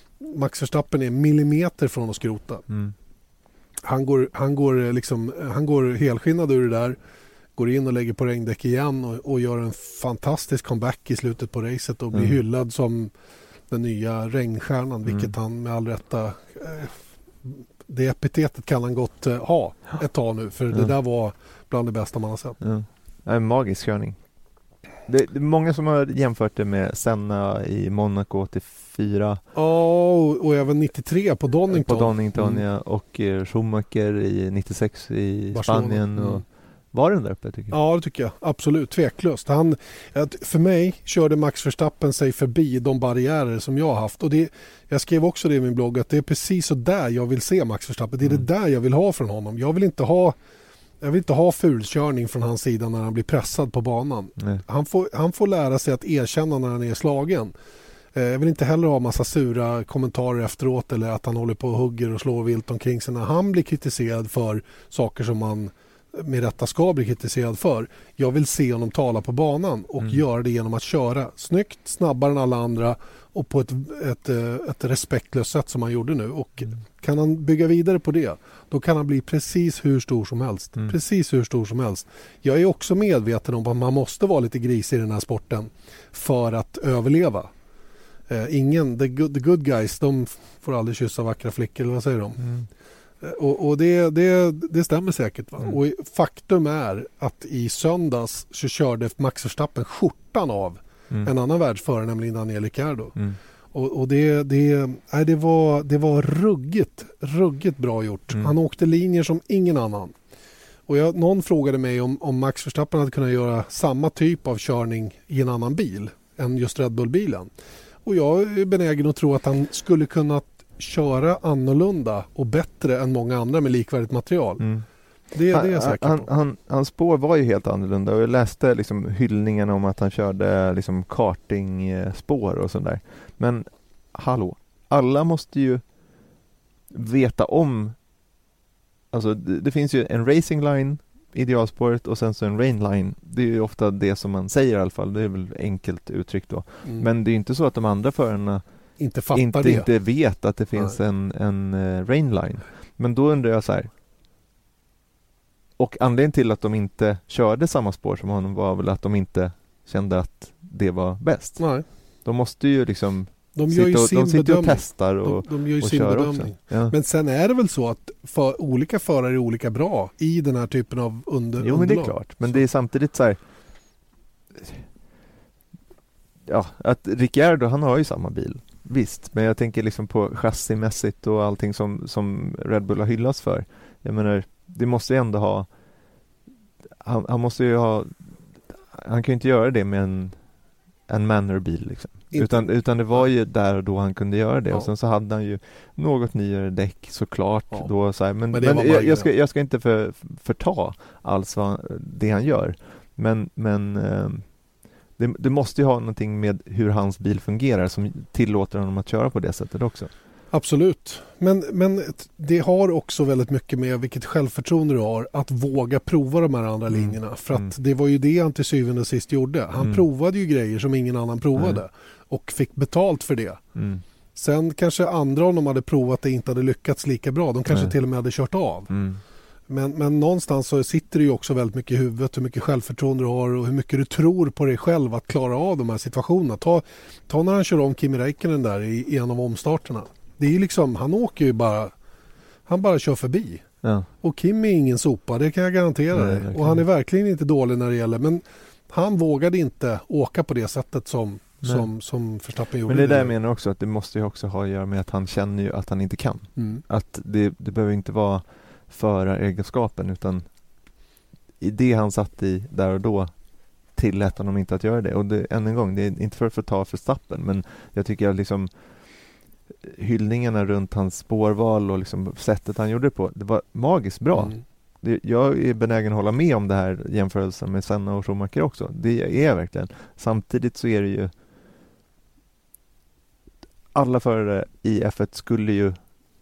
Max Verstappen är millimeter från att skrota. Mm. Han går, han går, liksom, han går helskinnad ur det där. Går in och lägger på regndäck igen och, och gör en fantastisk comeback i slutet på racet och blir Mm. hyllad som den nya regnstjärnan, Mm. vilket han med all rätta, eh, det epitetet kan han gott eh, ha ett tag nu, för Ja. det där var bland det bästa man har sett. Ja. En magisk körning. Det, det är många som har jämfört det med Senna i Monaco åttiofyra. Ja, och, och även nittiotre på Donington. På Donington, mm. ja. Och eh, Schumacher i nittiosex i Barcelona. Spanien. Och Mm. Var den där uppe tycker jag? Ja, det tycker jag. Absolut, tveklöst. Han, för mig körde Max Verstappen sig förbi de barriärer som jag har haft. Och det, jag skrev också det i min blogg att det är precis så där jag vill se Max Verstappen. Det är mm. det där jag vill ha från honom. Jag vill inte ha, jag vill inte ha fulkörning från hans sida när han blir pressad på banan. Han får, han får lära sig att erkänna när han är slagen. Jag vill inte heller ha massa sura kommentarer efteråt eller att han håller på och hugger och slår vilt omkring sig när han blir kritiserad för saker som man med rätta ska bli kritiserad för. Jag vill se honom tala på banan och mm. göra det genom att köra snyggt, snabbare än alla andra och på ett, ett, ett respektlöst sätt som han gjorde nu. Och mm. kan han bygga vidare på det, då kan han bli precis hur stor som helst. Mm. Precis hur stor som helst. Jag är också medveten om att man måste vara lite gris i den här sporten för att överleva. Eh, ingen, the good, the good guys, de får aldrig kyssa vackra flickor, eller vad säger de? Mm. Och, och det, det, det stämmer säkert. Va? Mm. Och faktum är att i söndags så körde Max Verstappen skjortan av mm. en annan världsförare, nämligen Daniel Ricciardo. Mm. Och, och det, det, nej, det, var, det var ruggigt, ruggigt bra gjort. Mm. Han åkte linjer som ingen annan. Och jag, någon frågade mig om, om Max Verstappen hade kunnat göra samma typ av körning i en annan bil än just Red Bull-bilen. Och jag är benägen att tro att han skulle kunna köra annorlunda och bättre än många andra med likvärdigt material. Mm. Det, det är jag säker han, på. Han, hans spår var ju helt annorlunda och jag läste liksom hyllningarna om att han körde liksom kartingspår och sånt där. Men hallå, alla måste ju veta om, alltså det, det finns ju en racing line, idealspåret och sen så en rain line. Det är ju ofta det som man säger i alla fall. Det är väl enkelt uttryckt då. Mm. Men det är ju inte så att de andra förarna inte fattar inte, det. inte vet att det finns Nej. en, en uh, rain line. Men då undrar jag så här. Och anledningen till att de inte körde samma spår som honom var väl att de inte kände att det var bäst. Nej. De måste ju liksom de gör ju sitta och, sin de sitter bedömning. och testar och, de, de gör ju och sin kör bedömning. också. Ja. Men sen är det väl så att för olika förare är olika bra i den här typen av under, jo, underlag. men det är klart. Men så. Det är samtidigt så här. Ja, att Ricciardo, han har ju samma bil. Visst, men jag tänker liksom på chassimässigt och allting som, som Red Bull har hyllats för. Jag menar, det måste ju ändå ha han, han måste ju ha han kan ju inte göra det med en en Manor-bil liksom. Utan, utan det var ju där och då han kunde göra det. Ja. Och sen så hade han ju något nyare däck såklart. Ja. Då, så här, men men, men jag, jag, ska, jag ska inte för, förta alls vad, det han gör. Men, men eh, det, det måste ju ha någonting med hur hans bil fungerar som tillåter honom att köra på det sättet också. Absolut. Men, men det har också väldigt mycket med vilket självförtroende du har att våga prova de här andra mm. linjerna. För att mm. det var ju det han till syvende och sist gjorde. Han mm. provade ju grejer som ingen annan provade. Mm. Och fick betalt för det. Mm. Sen kanske andra om de hade provat det inte hade lyckats lika bra. De kanske Nej. till och med hade kört av. Mm. Men, men någonstans så sitter det ju också väldigt mycket i huvudet hur mycket självförtroende du har och hur mycket du tror på dig själv att klara av de här situationerna. Ta, ta när han kör om Kimi Räikkönen där i, i en av omstarterna. Det är ju liksom, han åker ju bara han bara kör förbi. Ja. Och Kimi är ingen sopa, det kan jag garantera dig. Och han är verkligen inte dålig när det gäller, men han vågade inte åka på det sättet som som, som Verstappen gjorde. Men det är där jag menar också att det måste ju också ha att göra med att han känner ju att han inte kan. Mm. Att det, det behöver inte vara föraregenskapen utan i det han satt i där och då tillät honom inte att göra det. Och det, än en gång, det är inte för att ta Verstappen, men jag tycker att liksom hyllningarna runt hans spårval och liksom sättet han gjorde det på, det var magiskt bra. Mm. Det, jag är benägen att hålla med om det här jämförelsen med Senna och Schumacher också. Det är verkligen. Samtidigt så är det ju alla förare i F ett skulle ju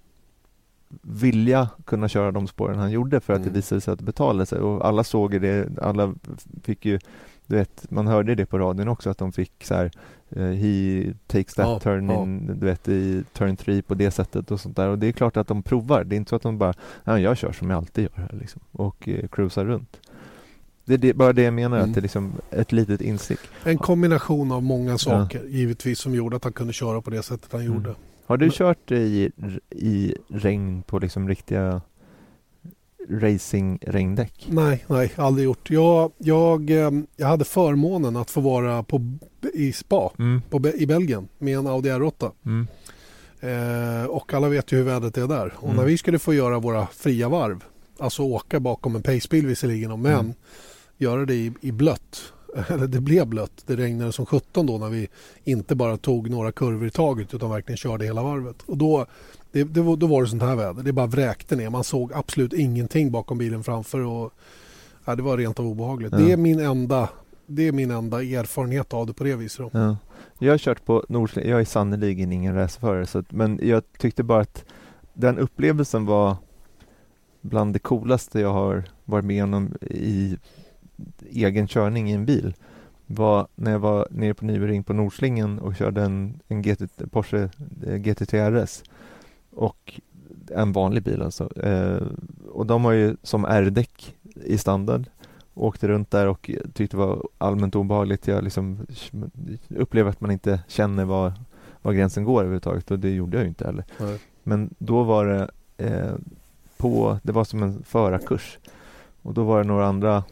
vilja kunna köra de spåren han gjorde för att mm. det visade sig att det betalade sig. Och alla såg det, alla fick ju, du vet, man hörde det på radion också att de fick så här uh, he takes that ja, turn in, ja. du vet, i turn tre på det sättet och sånt där. Och det är klart att de provar. Det är inte så att de bara, ja, jag kör som jag alltid gör här liksom, och uh, cruisar runt. Det är det, bara det jag menar, mm. att det är liksom ett litet insikt. En kombination av många saker, ja. givetvis, som gjorde att han kunde köra på det sättet han mm. gjorde. Har du Men... kört i, i regn på liksom riktiga racing-regndäck? Nej, nej, aldrig gjort. Jag, jag, jag hade förmånen att få vara på, i Spa mm. på, i Belgien med en Audi R åtta. Mm. Eh, och alla vet ju hur vädret är där. Och Mm. när vi skulle få göra våra fria varv, alltså åka bakom en pacebil visserligen, men Mm. göra det i, i blött. Eller det blev blött. Det regnade som sjutton då när vi inte bara tog några kurvor i taget utan verkligen körde hela varvet. Och då, det, det var, då var det sånt här väder. Det bara vräkte ner. Man såg absolut ingenting bakom bilen framför och ja, det var rent av obehagligt. Ja. Det är min enda det är min enda erfarenhet av det på det viset. Ja. Jag har kört på Nordsläng, jag är sannoliken ingen racerförare, så att, men jag tyckte bara att den upplevelsen var bland det coolaste jag har varit med om i egen körning i en bil. Var när jag var nere på Nybyring på Nordslingen och körde en, en G T, Porsche G T tre R S och en vanlig bil alltså. Eh, och de har ju som R-däck i standard. Åkte runt där och tyckte det var allmänt obehagligt. Jag liksom upplever att man inte känner var, var gränsen går överhuvudtaget, och det gjorde jag ju inte heller. Nej. Men då var det eh, på, det var som en förarkurs, och då var det några andra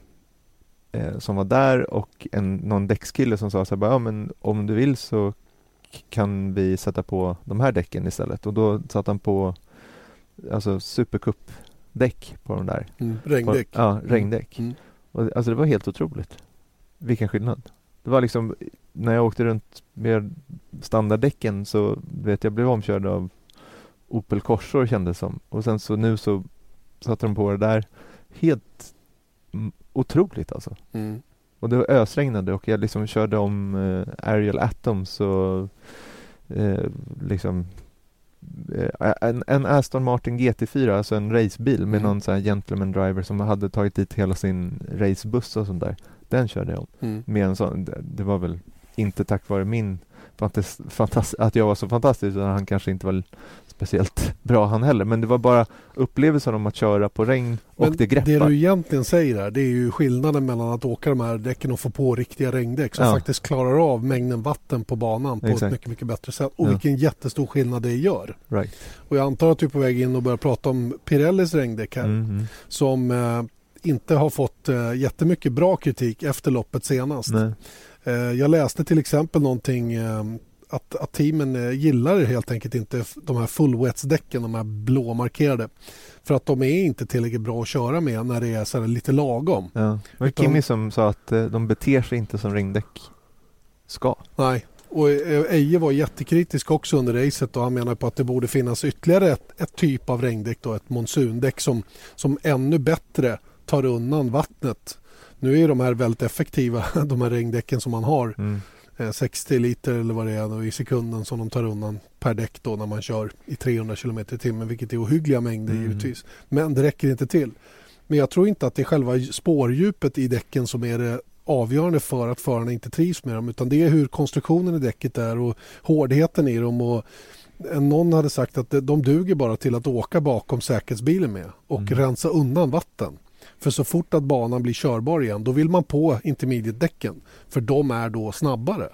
eh, som var där och en, någon däckskille som sa så här, ja men om du vill så kan vi sätta på de här däcken istället, och då satt han på alltså supercup-däck på de där. Mm. Regndäck. På, ja, regndäck. Mm. Och, alltså det var helt otroligt. Vilken skillnad. Det var liksom, när jag åkte runt med standarddäcken så vet jag blev omkörd av Opel Corsor kändes som. Och sen så nu så satte de på det där. Helt mm, otroligt alltså. Mm. Och det var ösregnade och jag liksom körde om eh, Ariel Atoms och eh, liksom eh, en, en Aston Martin G T fyra, alltså en racebil med Mm. någon sån här gentleman driver som hade tagit dit hela sin racebuss och sånt där. Den körde jag om. Mm. Med en sån, det, det var väl inte tack vare min fantas, fantas, att jag var så fantastisk, utan han kanske inte var speciellt bra han heller, men det var bara upplevelsen om att köra på regn och Men det greppar. det du egentligen säger här, det är ju skillnaden mellan att åka de här däcken och få på riktiga regndäck som Ja. faktiskt klarar av mängden vatten på banan på Exakt. ett mycket, mycket bättre sätt. Och Ja. vilken jättestor skillnad det gör. Right. Och jag antar att du är på väg in och börjar prata om Pirellis regndäck här, Mm-hmm. som eh, inte har fått eh, jättemycket bra kritik efter loppet senast. Nej. Eh, jag läste till exempel någonting eh, att, att teamen eh, gillar helt enkelt inte f- de här full-wets-däcken, de här blåmarkerade. För att de är inte tillräckligt bra att köra med när det är så här lite lagom. Ja. Det var Utan- Kimi som sa att eh, de beter sig inte som regndäck ska. Nej. Och eh, Eje var jättekritisk också under racet och han menar på att det borde finnas ytterligare ett, ett typ av regndäck då, ett monsundäck som, som ännu bättre tar undan vattnet. Nu är de här väldigt effektiva, de här regndäcken som man har. Mm. Eh, sextio liter eller vad det är då, i sekunden som de tar undan per däck då när man kör i trehundra kilometer i timmen, vilket är ohyggliga mängder Mm. givetvis. Men det räcker inte till. Men jag tror inte att det är själva spårdjupet i däcken som är det avgörande för att förarna inte trivs med dem, utan det är hur konstruktionen i däcket är och hårdheten i dem. Och någon hade sagt att de duger bara till att åka bakom säkerhetsbilen med och Mm. rensa undan vatten. För så fort att banan blir körbar igen, då vill man på intermediate-däcken, för de är då snabbare.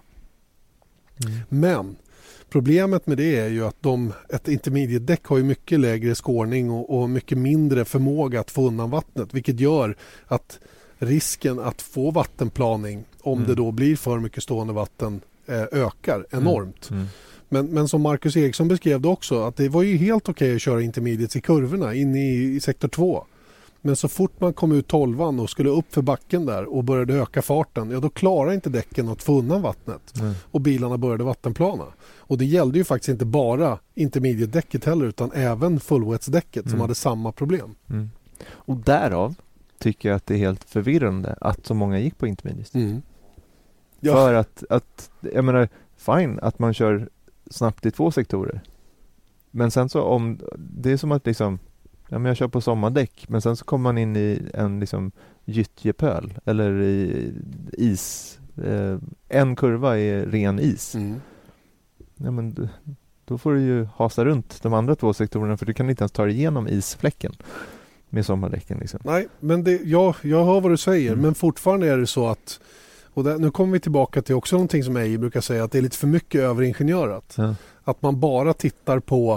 Mm. Men problemet med det är ju att de, ett intermediate-däck har ju mycket lägre skårning och, och mycket mindre förmåga att få undan vattnet, vilket gör att risken att få vattenplaning, om Mm. det då blir för mycket stående vatten, eh, ökar enormt. Mm. Men, men som Marcus Eriksson beskrev det också, att det var ju helt okej att köra intermediates i kurvorna in i, i sektor två. Men så fort man kom ut tolvan och skulle upp för backen där och började öka farten, ja då klarar inte däcken att få undan vattnet. Mm. Och bilarna började vattenplana. Och det gällde ju faktiskt inte bara intermediate-däcket heller, utan även full-wets-däcket som Mm. hade samma problem. Mm. Och därav tycker jag att det är helt förvirrande att så många gick på intermediate. Mm. Ja. För att, att, jag menar, fine att man kör snabbt i två sektorer. Men sen så om, det är som att liksom, ja men jag kör på sommardäck, men sen så kommer man in i en liksom gyttjepöl eller i is. Eh, en kurva är ren is. Mm. Ja men d- då får du ju hasa runt de andra två sektorerna, för du kan inte ens ta dig igenom isfläcken med sommardäcken liksom. Nej, men det, ja, jag hör vad du säger, Mm. men fortfarande är det så att, och där, nu kommer vi tillbaka till också någonting som jag brukar säga, att det är lite för mycket överingenjörat. Ja. Att man bara tittar på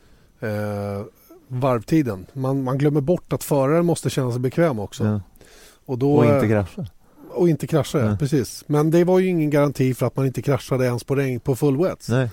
eh, varvtiden. Man, man glömmer bort att föraren måste känna sig bekväm också. Ja. Och, då, Och inte krascha. och inte krascha, ja, Nej. precis. Men det var ju ingen garanti för att man inte kraschade ens på regn på full wets. Nej.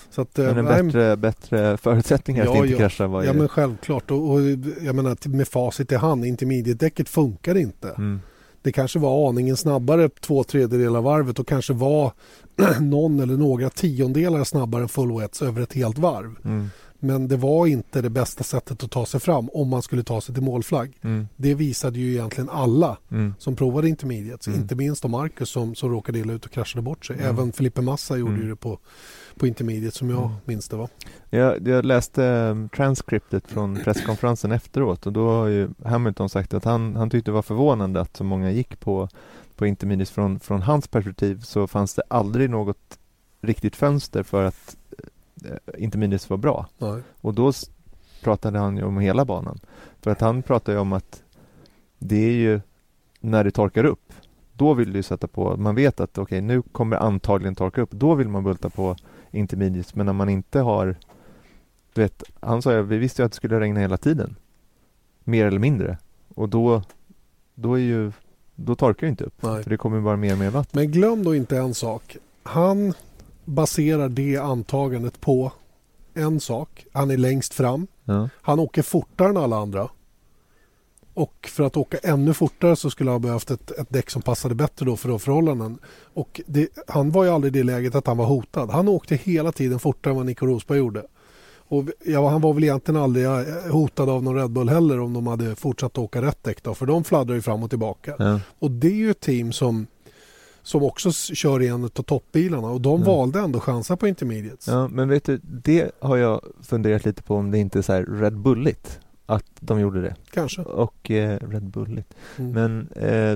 Så att, men en nej, bättre, bättre förutsättningar ja, att inte ja. krascha var ju... Ja, men självklart. Och, och jag menar, med facit i hand, intermediate-däcket funkar inte. Mm. Det kanske var aningen snabbare två tredjedelar av varvet och kanske var någon eller några tiondelar snabbare än full wets över ett helt varv. Mm. Men det var inte det bästa sättet att ta sig fram om man skulle ta sig till målflagg. Mm. Det visade ju egentligen alla Mm. som provade intermediates. Mm. Inte minst om Marcus som, som råkade illa ut och kraschade bort sig. Mm. Även Felipe Massa gjorde Mm. ju det på, på intermediates som jag Mm. minns det var. Jag, jag läste um, transcriptet från presskonferensen efteråt och då har ju Hamilton sagt att han, han tyckte det var förvånande att så många gick på, på intermediates. Från, från hans perspektiv så fanns det aldrig något riktigt fönster för att intermediates var bra. Nej. Och då s- pratade han ju om hela banan. För att han pratade ju om att det är ju när det torkar upp, då vill du sätta på, man vet att okej, okay, nu kommer antagligen torka upp, då vill man bulta på intermediates. Men när man inte har, du vet, han sa ju, vi visste ju att det skulle regna hela tiden. Mer eller mindre. Och då, då är ju, då torkar det inte upp. Nej. För det kommer bara mer och mer vatten. Men glöm då inte en sak. Han baserar det antagandet på en sak. Han är längst fram. Ja. Han åker fortare än alla andra. Och för att åka ännu fortare så skulle han behövt ett, ett däck som passade bättre då för de förhållanden. Och det, han var ju aldrig i det läget att han var hotad. Han åkte hela tiden fortare än vad Nico Rosberg gjorde. Och ja, han var väl egentligen aldrig hotad av någon Red Bull heller om de hade fortsatt åka rätt däck då. För de fladdrar ju fram och tillbaka. Ja. Och det är ju ett team som som också kör i en av toppbilarna och de Ja. valde ändå chansa på intermediates. Ja, men vet du, det har jag funderat lite på om det inte är så här Red Bulligt att de gjorde det. Kanske. Och eh, Red Bulligt. Mm. Men eh,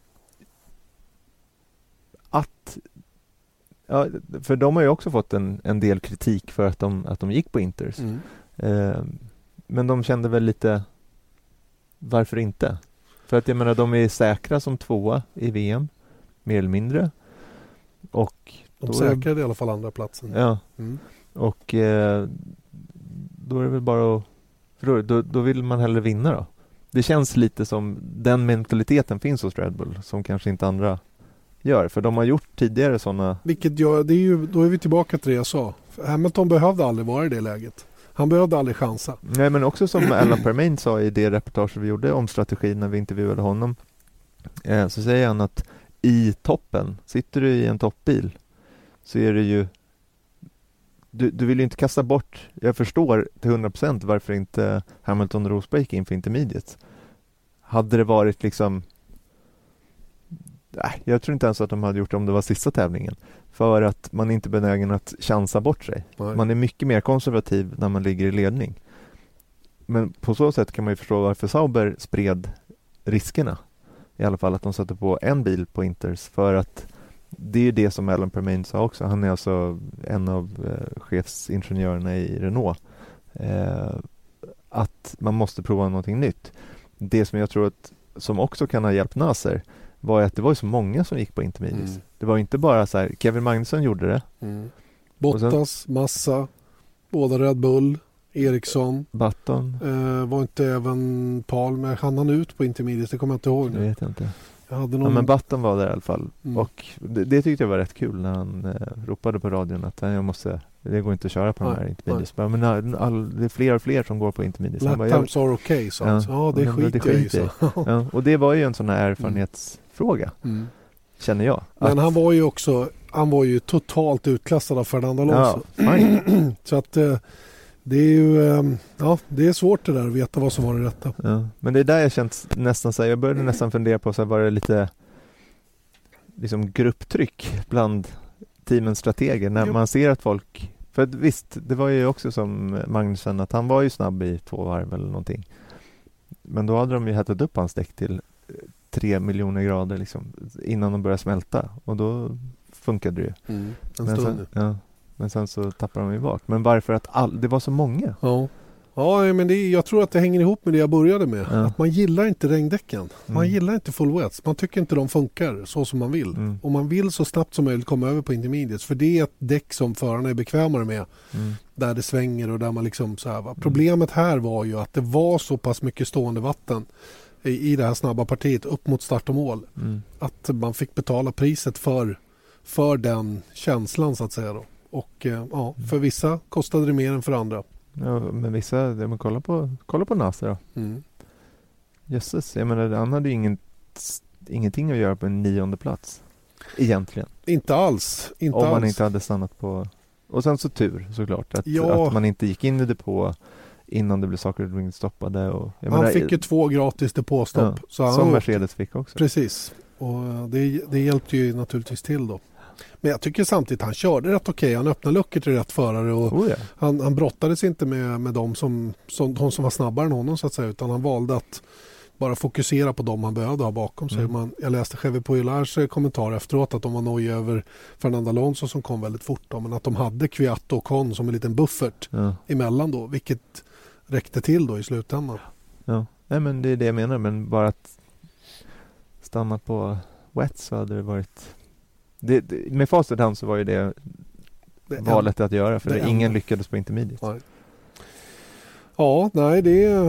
att ja, för de har ju också fått en, en del kritik för att de, att de gick på Inters. Mm. Eh, men de kände väl lite varför inte? För att jag menar, de är säkra som tvåa i V M. Mer eller mindre. Och De då säkrade i alla fall andra platsen. Ja. Mm. Och eh, då är det väl bara att för då, då, då vill man hellre vinna då. Det känns lite som den mentaliteten finns hos Red Bull som kanske inte andra gör. För de har gjort tidigare sådana... Vilket jag, det är ju, då är vi tillbaka till det jag sa. Hamilton behövde aldrig vara i det läget. Han behövde aldrig chansa. Nej, men också som Alain Permain sa i det reportage vi gjorde om strategin när vi intervjuade honom. Eh, så säger han att i toppen, sitter du i en toppbil så är det ju du, du vill ju inte kasta bort, jag förstår till hundra procent varför inte Hamilton och Rosberg gick in för intermediates. Hade det varit liksom nej, jag tror inte ens att de hade gjort det om det var sista tävlingen. För att man inte är benägen att chansa bort sig. Nej. Man är mycket mer konservativ när man ligger i ledning. Men på så sätt kan man ju förstå varför Sauber spred riskerna. I alla fall att de satte på en bil på Inters. För att det är ju det som Alain Permain sa också. Han är alltså en av eh, chefsingenjörerna i Renault. Eh, att man måste prova någonting nytt. Det som jag tror att som också kan ha hjälpt Nasser var att det var ju så många som gick på intermediates. Mm. Det var inte bara så här, Kevin Magnusson gjorde det. Mm. Bottas, sen, Massa, båda Red Bull, Eriksson. Button. Eh, var inte även Paul med? Han han ut på intermediates? Det kommer jag inte ihåg Det nu. vet jag inte. Jag hade någon... Ja, men Button var där i alla fall. Mm. Och det, det tyckte jag var rätt kul när han eh, ropade på radion att jag måste, det går inte att köra på Nej, de här intermediates. Men all, all, det är fler och fler som går på intermediates. Han Lap bara, jag- times are okay, sa han. Ja. Ja, det Ja, men det skiter jag i. skiter Så. Ja, och det var ju en sån här erfarenhetsfråga, Mm. känner jag. Men Att- han var ju också han var ju totalt utklassad av Fernando Alonso. Ja, fine. Så att eh, det är ju eh, ja, det är svårt det där att veta vad som var det rätta. Ja, men det är där jag känt nästan så här, jag började nästan fundera på så här, var det lite liksom grupptryck bland teamens strateger när Jo. man ser att folk, för att visst, det var ju också som Magnusson att han var ju snabb i två varv eller någonting. Men då hade de ju hettat upp hans däck till tre miljoner grader liksom, innan de började smälta och då funkade det ju. Mm. En Men stund. sen, ja, men sen så tappar de ju bak. Men varför att all, det var så många? Ja. Ja, men det, är- jag tror att det hänger ihop med det jag började med. Ja. Att man gillar inte regndäcken. Man Mm. gillar inte full wets. Man tycker inte de funkar så som man vill. Mm. Och man vill så snabbt som möjligt komma över på intermediates. För det är ett däck som förarna är bekvämare med. Mm. Där det svänger och där man liksom så här, va. Problemet här var ju att det var så pass mycket stående vatten i, i det här snabba partiet upp mot start och mål. Mm. Att man fick betala priset för, för den känslan så att säga då. Och eh, ja, för vissa kostade det mer än för andra. Ja, men vissa, ja, men kolla på, kolla på Nasser då. Mm. Jösses, jag menar, han hade ju ingen, ingenting att göra på en nionde plats. Egentligen. Inte alls. Inte Om alls. man inte hade stannat på... Och sen så tur såklart. Att, Ja. att man inte gick in i depå innan det blev saker och ting stoppade. Och, jag han menar, fick ju två gratis depåstopp. Ja, så han som åkte- Mercedes fick också. Precis. Och det, det hjälpte ju naturligtvis till då. Men jag tycker samtidigt han körde rätt okej. Han öppnade luckor till rätt förare och Oh, ja. han, han brottades inte med, med dem som, som, de som var snabbare än honom så att säga, utan han valde att bara fokusera på dem han behövde ha bakom sig. Mm. Man, jag läste Chevy Puillars kommentar efteråt att de var nojiga över Fernando Alonso som kom väldigt fort då, men att de hade Kvyat och Con som en liten buffert Ja. emellan då, vilket räckte till då i slutändan. Ja. Nej, men det är det jag menar. Men bara att stanna på wet så hade det varit... Det, det, med facit hand så var ju det, Det valet att göra. För det det ingen enda. lyckades på intermediate. Nej. Ja, nej det är...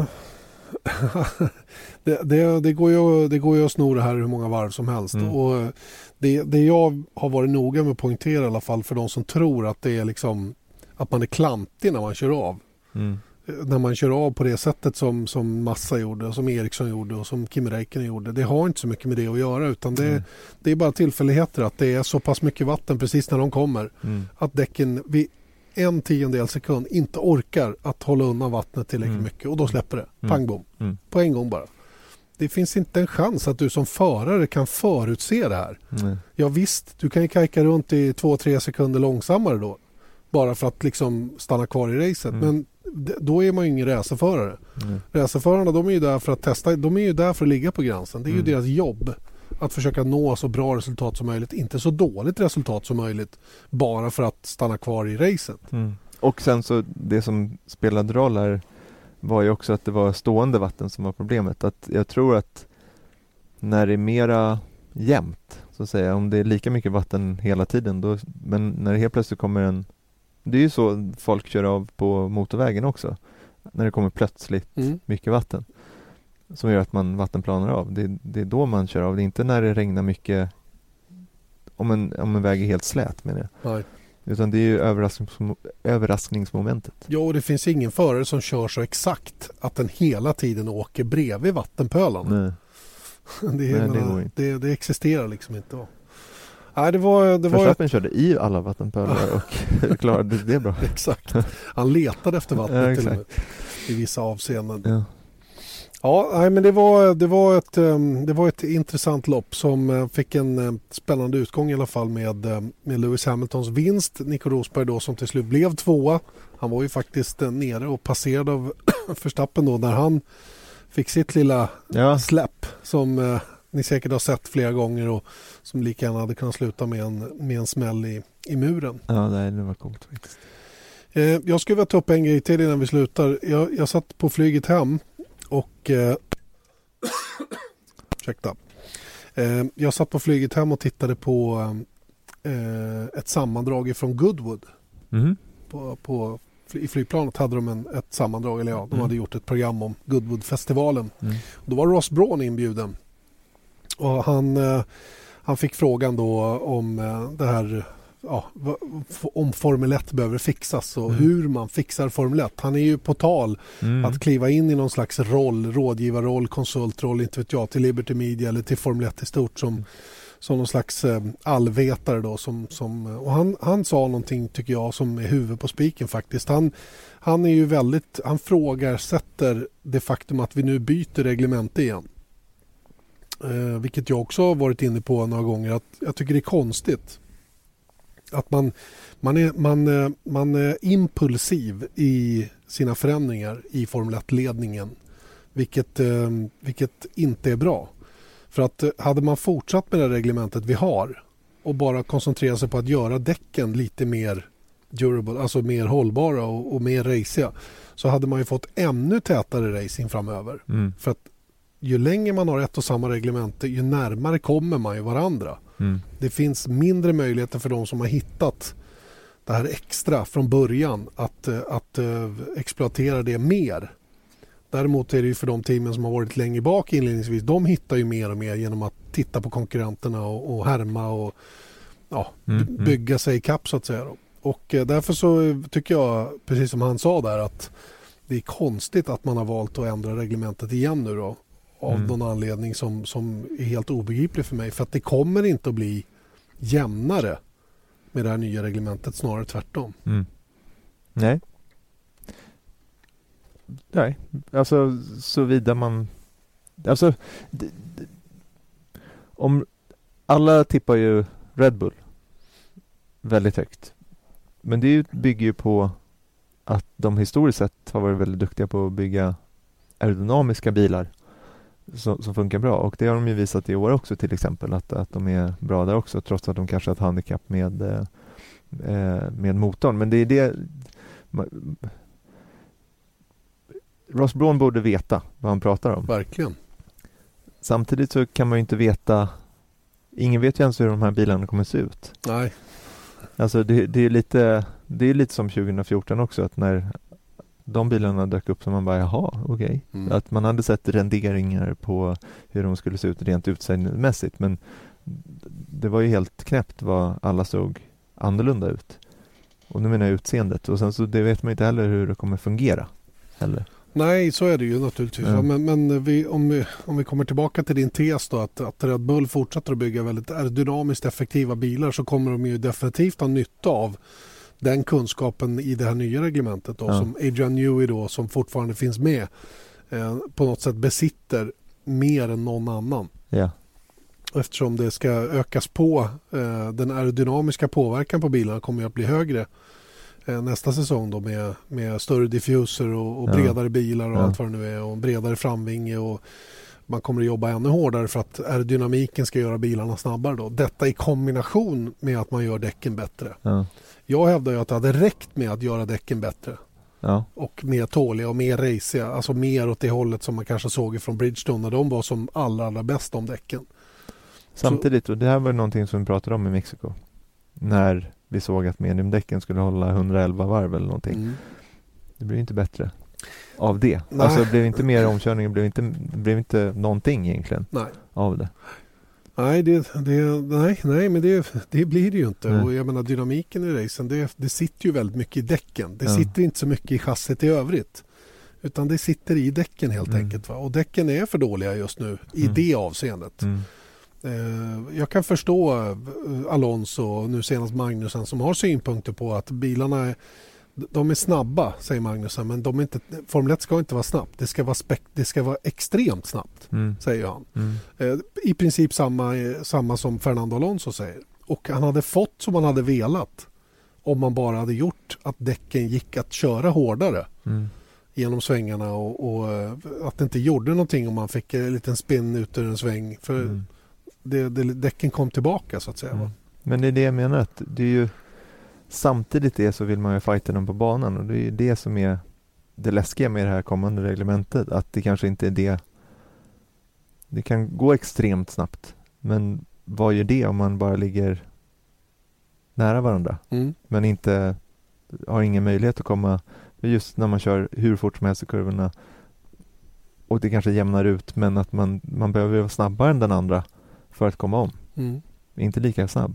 det, det, det, går ju, det går ju att sno det här hur många varv som helst. Mm. Och det, det jag har varit noga med att poängtera i alla fall för de som tror att det är liksom att man är klantig när man kör av. Mm. När man kör av på det sättet som, som Massa gjorde, som Eriksson gjorde och som Kimi Räikkönen gjorde. Det har inte så mycket med det att göra utan det, Mm. det är bara tillfälligheter att det är så pass mycket vatten precis när de kommer. Mm. Att däcken vid en tiondel sekund inte orkar att hålla undan vattnet tillräckligt Mm. mycket och då släpper det. Mm. Pang bom. Mm. På en gång bara. Det finns inte en chans att du som förare kan förutse det här. Nej. Ja visst, du kan ju kajka runt i två tre sekunder långsammare då. Bara för att liksom stanna kvar i racet. Mm. Men d- då är man ju ingen racerförare. Nej. Racerförarna de är ju där för att testa. De är ju där för att ligga på gränsen. Det är Mm. ju deras jobb. Att försöka nå så bra resultat som möjligt. Inte så dåligt resultat som möjligt. Bara för att stanna kvar i racet. Mm. Och sen så det som spelade roll här var ju också att det var stående vatten som var problemet. Att jag tror att när det är mera jämnt, så att säga, om det är lika mycket vatten hela tiden, då, men när det helt plötsligt kommer en... Det är ju så folk kör av på motorvägen också. När det kommer plötsligt Mm. mycket vatten som gör att man vattenplanar av. Det, det är då man kör av. Det är inte när det regnar mycket om en, om en väg är helt slät, menar jag. Nej. Utan det är ju överrasknings, överraskningsmomentet. Ja, och det finns ingen förare som kör så exakt att den hela tiden åker bredvid vattenpölarna. Nej. Det, är, Nej, det menar, går inte. det, det existerar liksom inte. Va? Nej, det var, det var Verstappen körde i alla vattenpölar och klarade det bra. exakt. Han letade efter vattnet Ja, till och exakt. med, i vissa avseenden. Ja. Ja, nej, men det var, det, var ett, um, det var ett intressant lopp som uh, fick en uh, spännande utgång i alla fall med, uh, med Lewis Hamiltons vinst. Nico Rosberg då som till slut blev tvåa. Han var ju faktiskt uh, nere och passerad av Verstappen då när han fick sitt lilla Ja. släpp som uh, ni säkert har sett flera gånger och som lika gärna hade kunnat sluta med en, med en smäll i, i muren. Ja, nej, det var coolt faktiskt. Eh, jag skulle vilja ta upp en grej till innan vi slutar. Jag, jag satt på flyget hem och eh, ursäkta. Eh, jag satt på flyget hem och tittade på eh, ett sammandrag från Goodwood. Mhm. På, på, I flygplanet hade de en, ett sammandrag, eller ja, de Mm. hade gjort ett program om Goodwood-festivalen. Mm. Då var Ross Brawn inbjuden. Och han, eh, han fick frågan då om eh, det här, ja, va- om Formel ett behöver fixas och Mm. hur man fixar Formel ett. Han är ju på tal Mm. att kliva in i någon slags roll, rådgivarroll, konsultroll, inte vet jag, till Liberty Media eller till Formel ett i stort som, som någon slags eh, allvetare då. Som, som, och han, han sa någonting tycker jag som är huvud på spiken faktiskt. Han, han är ju väldigt, han frågasätter det faktum att vi nu byter reglement igen. Eh, vilket jag också har varit inne på några gånger att jag tycker det är konstigt att man, man, är, man, eh, man är impulsiv i sina förändringar i Formel ett-ledningen vilket, eh, vilket inte är bra. För att eh, hade man fortsatt med det reglementet vi har och bara koncentrerat sig på att göra däcken lite mer durable, alltså mer hållbara och, och mer raciga, så hade man ju fått ännu tätare racing framöver. Mm. För att ju längre man har ett och samma reglemente, ju närmare kommer man ju varandra. Mm. Det finns mindre möjligheter för de som har hittat det här extra från början att, eh, att uh, exploatera det mer. Däremot är det ju för de teamen som har varit längre bak inledningsvis, de hittar ju mer och mer genom att titta på konkurrenterna och, och härma och ja, Mm, b- mm. bygga sig i kapp så att säga. Då. Och eh, därför så tycker jag, precis som han sa där, att det är konstigt att man har valt att ändra reglementet igen nu då. Av mm. någon anledning som, som är helt obegriplig för mig. För att det kommer inte att bli jämnare med det här nya reglementet, snarare tvärtom. Mm. Nej. Nej, alltså såvida man... Alltså, d- d- om alla tippar ju Red Bull väldigt högt. Men det bygger ju på att de historiskt sett har varit väldigt duktiga på att bygga aerodynamiska bilar som, som funkar bra. Och det har de ju visat i år också till exempel, att, att de är bra där också, trots att de kanske har ett handikapp med, eh, med motorn. Men det är det... Ross Brawn borde veta vad han pratar om. Verkligen. Samtidigt så kan man ju inte veta, ingen vet ju ens hur de här bilarna kommer se ut. Nej. Alltså det, det är lite det är lite som tjugo fjorton också, att när de bilarna dök upp så man bara, jaha, okej. Okay. Mm. Att man hade sett renderingar på hur de skulle se ut rent utseendemässigt, men det var ju helt knäppt vad alla såg annorlunda ut. Och nu menar jag utseendet. Och sen så det vet man inte heller hur det kommer fungera heller. Nej, så är det ju naturligtvis. Mm. Men, men vi, om, vi, om vi kommer tillbaka till din tes då, att, att Red Bull fortsätter att bygga väldigt aerodynamiskt effektiva bilar, så kommer de ju definitivt ha nytta av den kunskapen i det här nya reglementet då, ja. Som Adrian Newey då, som fortfarande finns med, eh, på något sätt besitter mer än någon annan. Ja. Eftersom det ska ökas på, eh, den aerodynamiska påverkan på bilarna kommer ju att bli högre nästa säsong då, med, med större diffuser och, och bredare ja. bilar och ja. allt vad det nu är, och en bredare framvinge, och man kommer att jobba ännu hårdare för att aerodynamiken ska göra bilarna snabbare då. Detta i kombination med att man gör däcken bättre. Ja. Jag hävdar ju att det hade räckt med att göra däcken bättre. Ja. Och mer tåliga och mer raciga, alltså mer åt det hållet som man kanske såg från Bridgestone när de var som allra, allra bäst om däcken. Samtidigt, och det här var någonting som vi pratade om i Mexiko, när vi såg att mediumdäcken skulle hålla hundraelva varv eller någonting. Mm. Det blev inte bättre av det. Nej. Alltså det blev inte mer omkörning, det blev inte, det blev inte någonting egentligen nej. av det. Nej, det, det, nej, nej men det, det blir det ju inte. Mm. Och jag menar, dynamiken i racen, det, det sitter ju väldigt mycket i däcken. Det ja. sitter inte så mycket i chassit i övrigt. Utan det sitter i däcken helt mm. enkelt. Va? Och däcken är för dåliga just nu i mm. det avseendet. Mm. Jag kan förstå Alonso och nu senast Magnussen som har synpunkter på att bilarna är, de är snabba, säger Magnussen, men de är inte, Formel ett ska inte vara snabbt. Det ska vara, spek, det ska vara extremt snabbt, mm. säger han. Mm. I princip samma, samma som Fernando Alonso säger. Och han hade fått som han hade velat om man bara hade gjort att däcken gick att köra hårdare mm. genom svängarna, och, och att det inte gjorde någonting om man fick en liten spin ut ur en sväng. För mm. Det, det, däcken kom tillbaka så att säga. Mm. Men det är det jag menar, att det är ju samtidigt det så vill man ju fighta dem på banan, och det är ju det som är det läskiga med det här kommande reglementet, att det kanske inte är det, det kan gå extremt snabbt, men vad gör det om man bara ligger nära varandra mm. men inte har ingen möjlighet att komma, just när man kör hur fort som helst i kurvorna och det kanske jämnar ut, men att man, man behöver vara snabbare än den andra för att komma om. Mm. Inte lika snabb.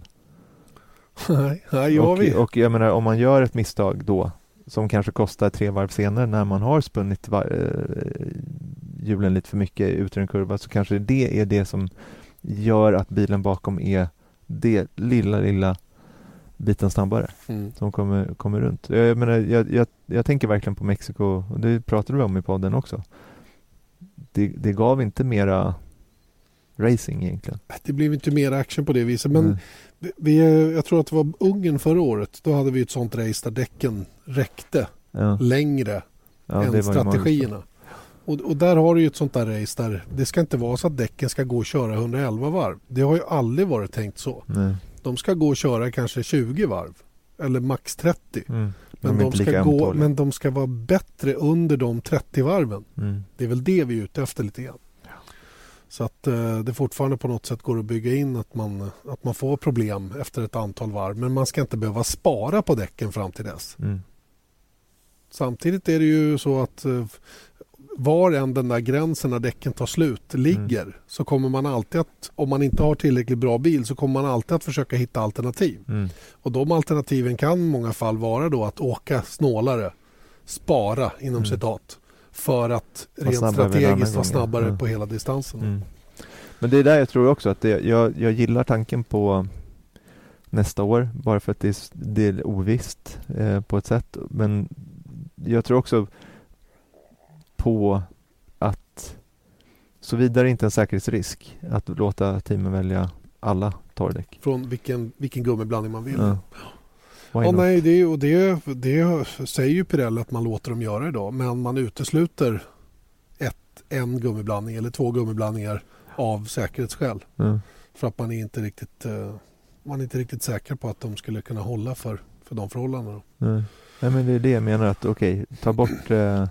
Nej, nej, jag och, vet. Och jag menar, om man gör ett misstag då som kanske kostar tre varv senare när man har spunnit var- äh, hjulen lite för mycket ut ur en kurva, så kanske det är det som gör att bilen bakom är det lilla, lilla biten snabbare mm. som kommer, kommer runt. Jag, jag menar, jag, jag, jag tänker verkligen på Mexiko, och det pratade vi om i podden också. Det, det gav inte mera racing egentligen. Det blev inte mer action på det viset, men mm. vi, jag tror att det var Ungern förra året, då hade vi ett sånt race där däcken räckte ja. längre ja, än strategierna. Och, och där har du ju ett sånt där race där det ska inte vara så att däcken ska gå och köra hundraelva varv. Det har ju aldrig varit tänkt så. Nej. De ska gå och köra kanske tjugo varv eller max trettio. Mm. Men, de, de ska gå, men de ska vara bättre under de trettio varven. Mm. Det är väl det vi är ute efter lite grann. Ja. Så att eh, det fortfarande på något sätt går att bygga in att man, att man får problem efter ett antal varv. Men man ska inte behöva spara på däcken fram till dess. Mm. Samtidigt är det ju så att eh, var än den där gränsen när däcken tar slut ligger mm. så kommer man alltid att, om man inte har tillräckligt bra bil så kommer man alltid att försöka hitta alternativ. Mm. Och de alternativen kan i många fall vara då att åka snålare, spara inom mm. citat, för att rent strategiskt vara snabbare mm. på hela distansen. Mm. Men det är där jag tror också att det, jag, jag gillar tanken på nästa år, bara för att det är, det är ovisst eh, på ett sätt. Men jag tror också på att så vidare inte en säkerhetsrisk att låta teamen välja alla torrdäck. Från vilken, vilken gummiblandning man vill. Ja. Ja, oh, nej, det, och det, det säger ju Pirelli att man låter dem göra idag. Men man utesluter ett, en gummiblandning eller två gummiblandningar av säkerhetsskäl. Mm. För att man är inte riktigt uh, man är inte riktigt säker på att de skulle kunna hålla för, för de förhållandena. Mm. Nej, men det är det jag menar, att okej, okay, ta bort uh,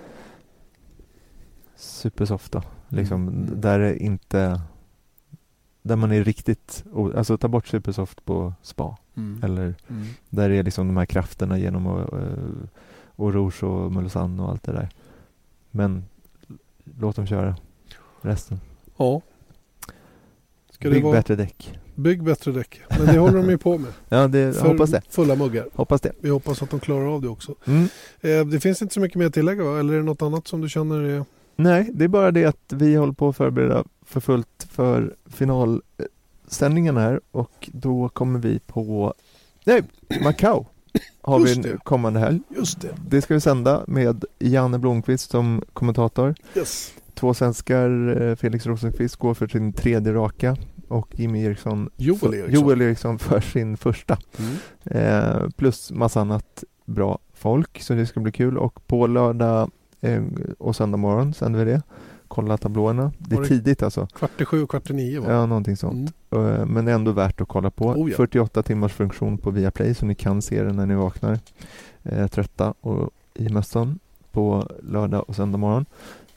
supersofta. Liksom, mm. där är inte där man är riktigt, alltså ta bort supersoft på spa. Mm. Eller mm. där är liksom de här krafterna genom och, och Rouge och Mulsanne och allt det där. Men låt dem köra resten. Ja. Ska Bygg det vara... bättre däck. Bygg bättre däck. Men det håller de ju på med. Ja, det, För hoppas det. Fulla muggar. Hoppas det. Vi hoppas att de klarar av det också. Mm. Eh, det finns inte så mycket mer att tillägga, va? Eller är det något annat som du känner är... Nej, det är bara det att vi håller på att förbereda för fullt för finalsändningen här, och då kommer vi på nej, Macau har Just vi en det. kommande helg. Just det. Det ska vi sända med Janne Blomqvist som kommentator. Yes. Två svenskar, Felix Rosenqvist går för sin tredje raka och Jimmy Eriksson Joel Eriksson, Joel Eriksson för sin första. Mm. Eh, plus massa annat bra folk, så det ska bli kul. Och på lördag och söndag morgon sänder vi det. Kolla tablåerna. Det är det tidigt alltså. Kvart i sju, kvart i nio va? Ja, någonting sånt. Mm. Men ändå värt att kolla på. Oh, ja. fyrtioåtta timmars funktion på Viaplay, så ni kan se den när ni vaknar. Eh, trötta och i mössan på lördag och söndag morgon.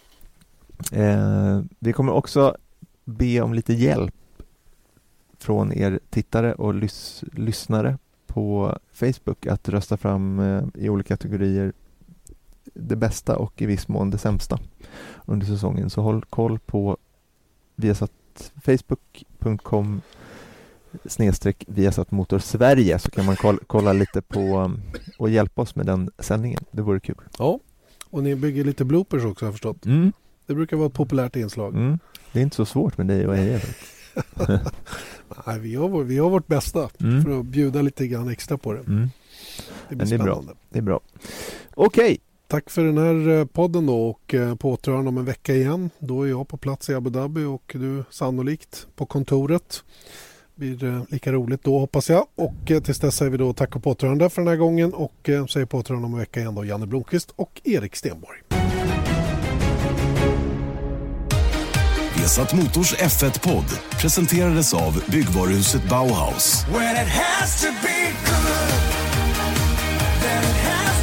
Eh, vi kommer också be om lite hjälp från er tittare och lys- lyssnare på Facebook att rösta fram eh, i olika kategorier det bästa och i viss mån det sämsta under säsongen. Så håll koll på Viasat facebook punkt com snedstreck Viasat Motor Sverige, så kan man kolla, kolla lite på och hjälpa oss med den sändningen. Det vore kul. Ja, och ni bygger lite bloopers också, har jag förstått. Mm. Det brukar vara ett populärt inslag. Mm. Det är inte så svårt med dig och Eje. Nej, vi har, vår, vi har vårt bästa mm. för att bjuda lite grann extra på det. Mm. Det blir det är spännande. Bra. Det är bra. Okej. Okay. Tack för den här podden då, och på återhörande om en vecka igen. Då är jag på plats i Abu Dhabi och du sannolikt på kontoret. Det blir lika roligt då, hoppas jag. Och tills dess säger vi då tack och på återhörande för den här gången, och säger på återhörande om en vecka igen då Janne Blomqvist och Erik Stenborg. Viasat Motors F ett-podd presenterades av byggvaruhuset Bauhaus. When it has to be good, then it has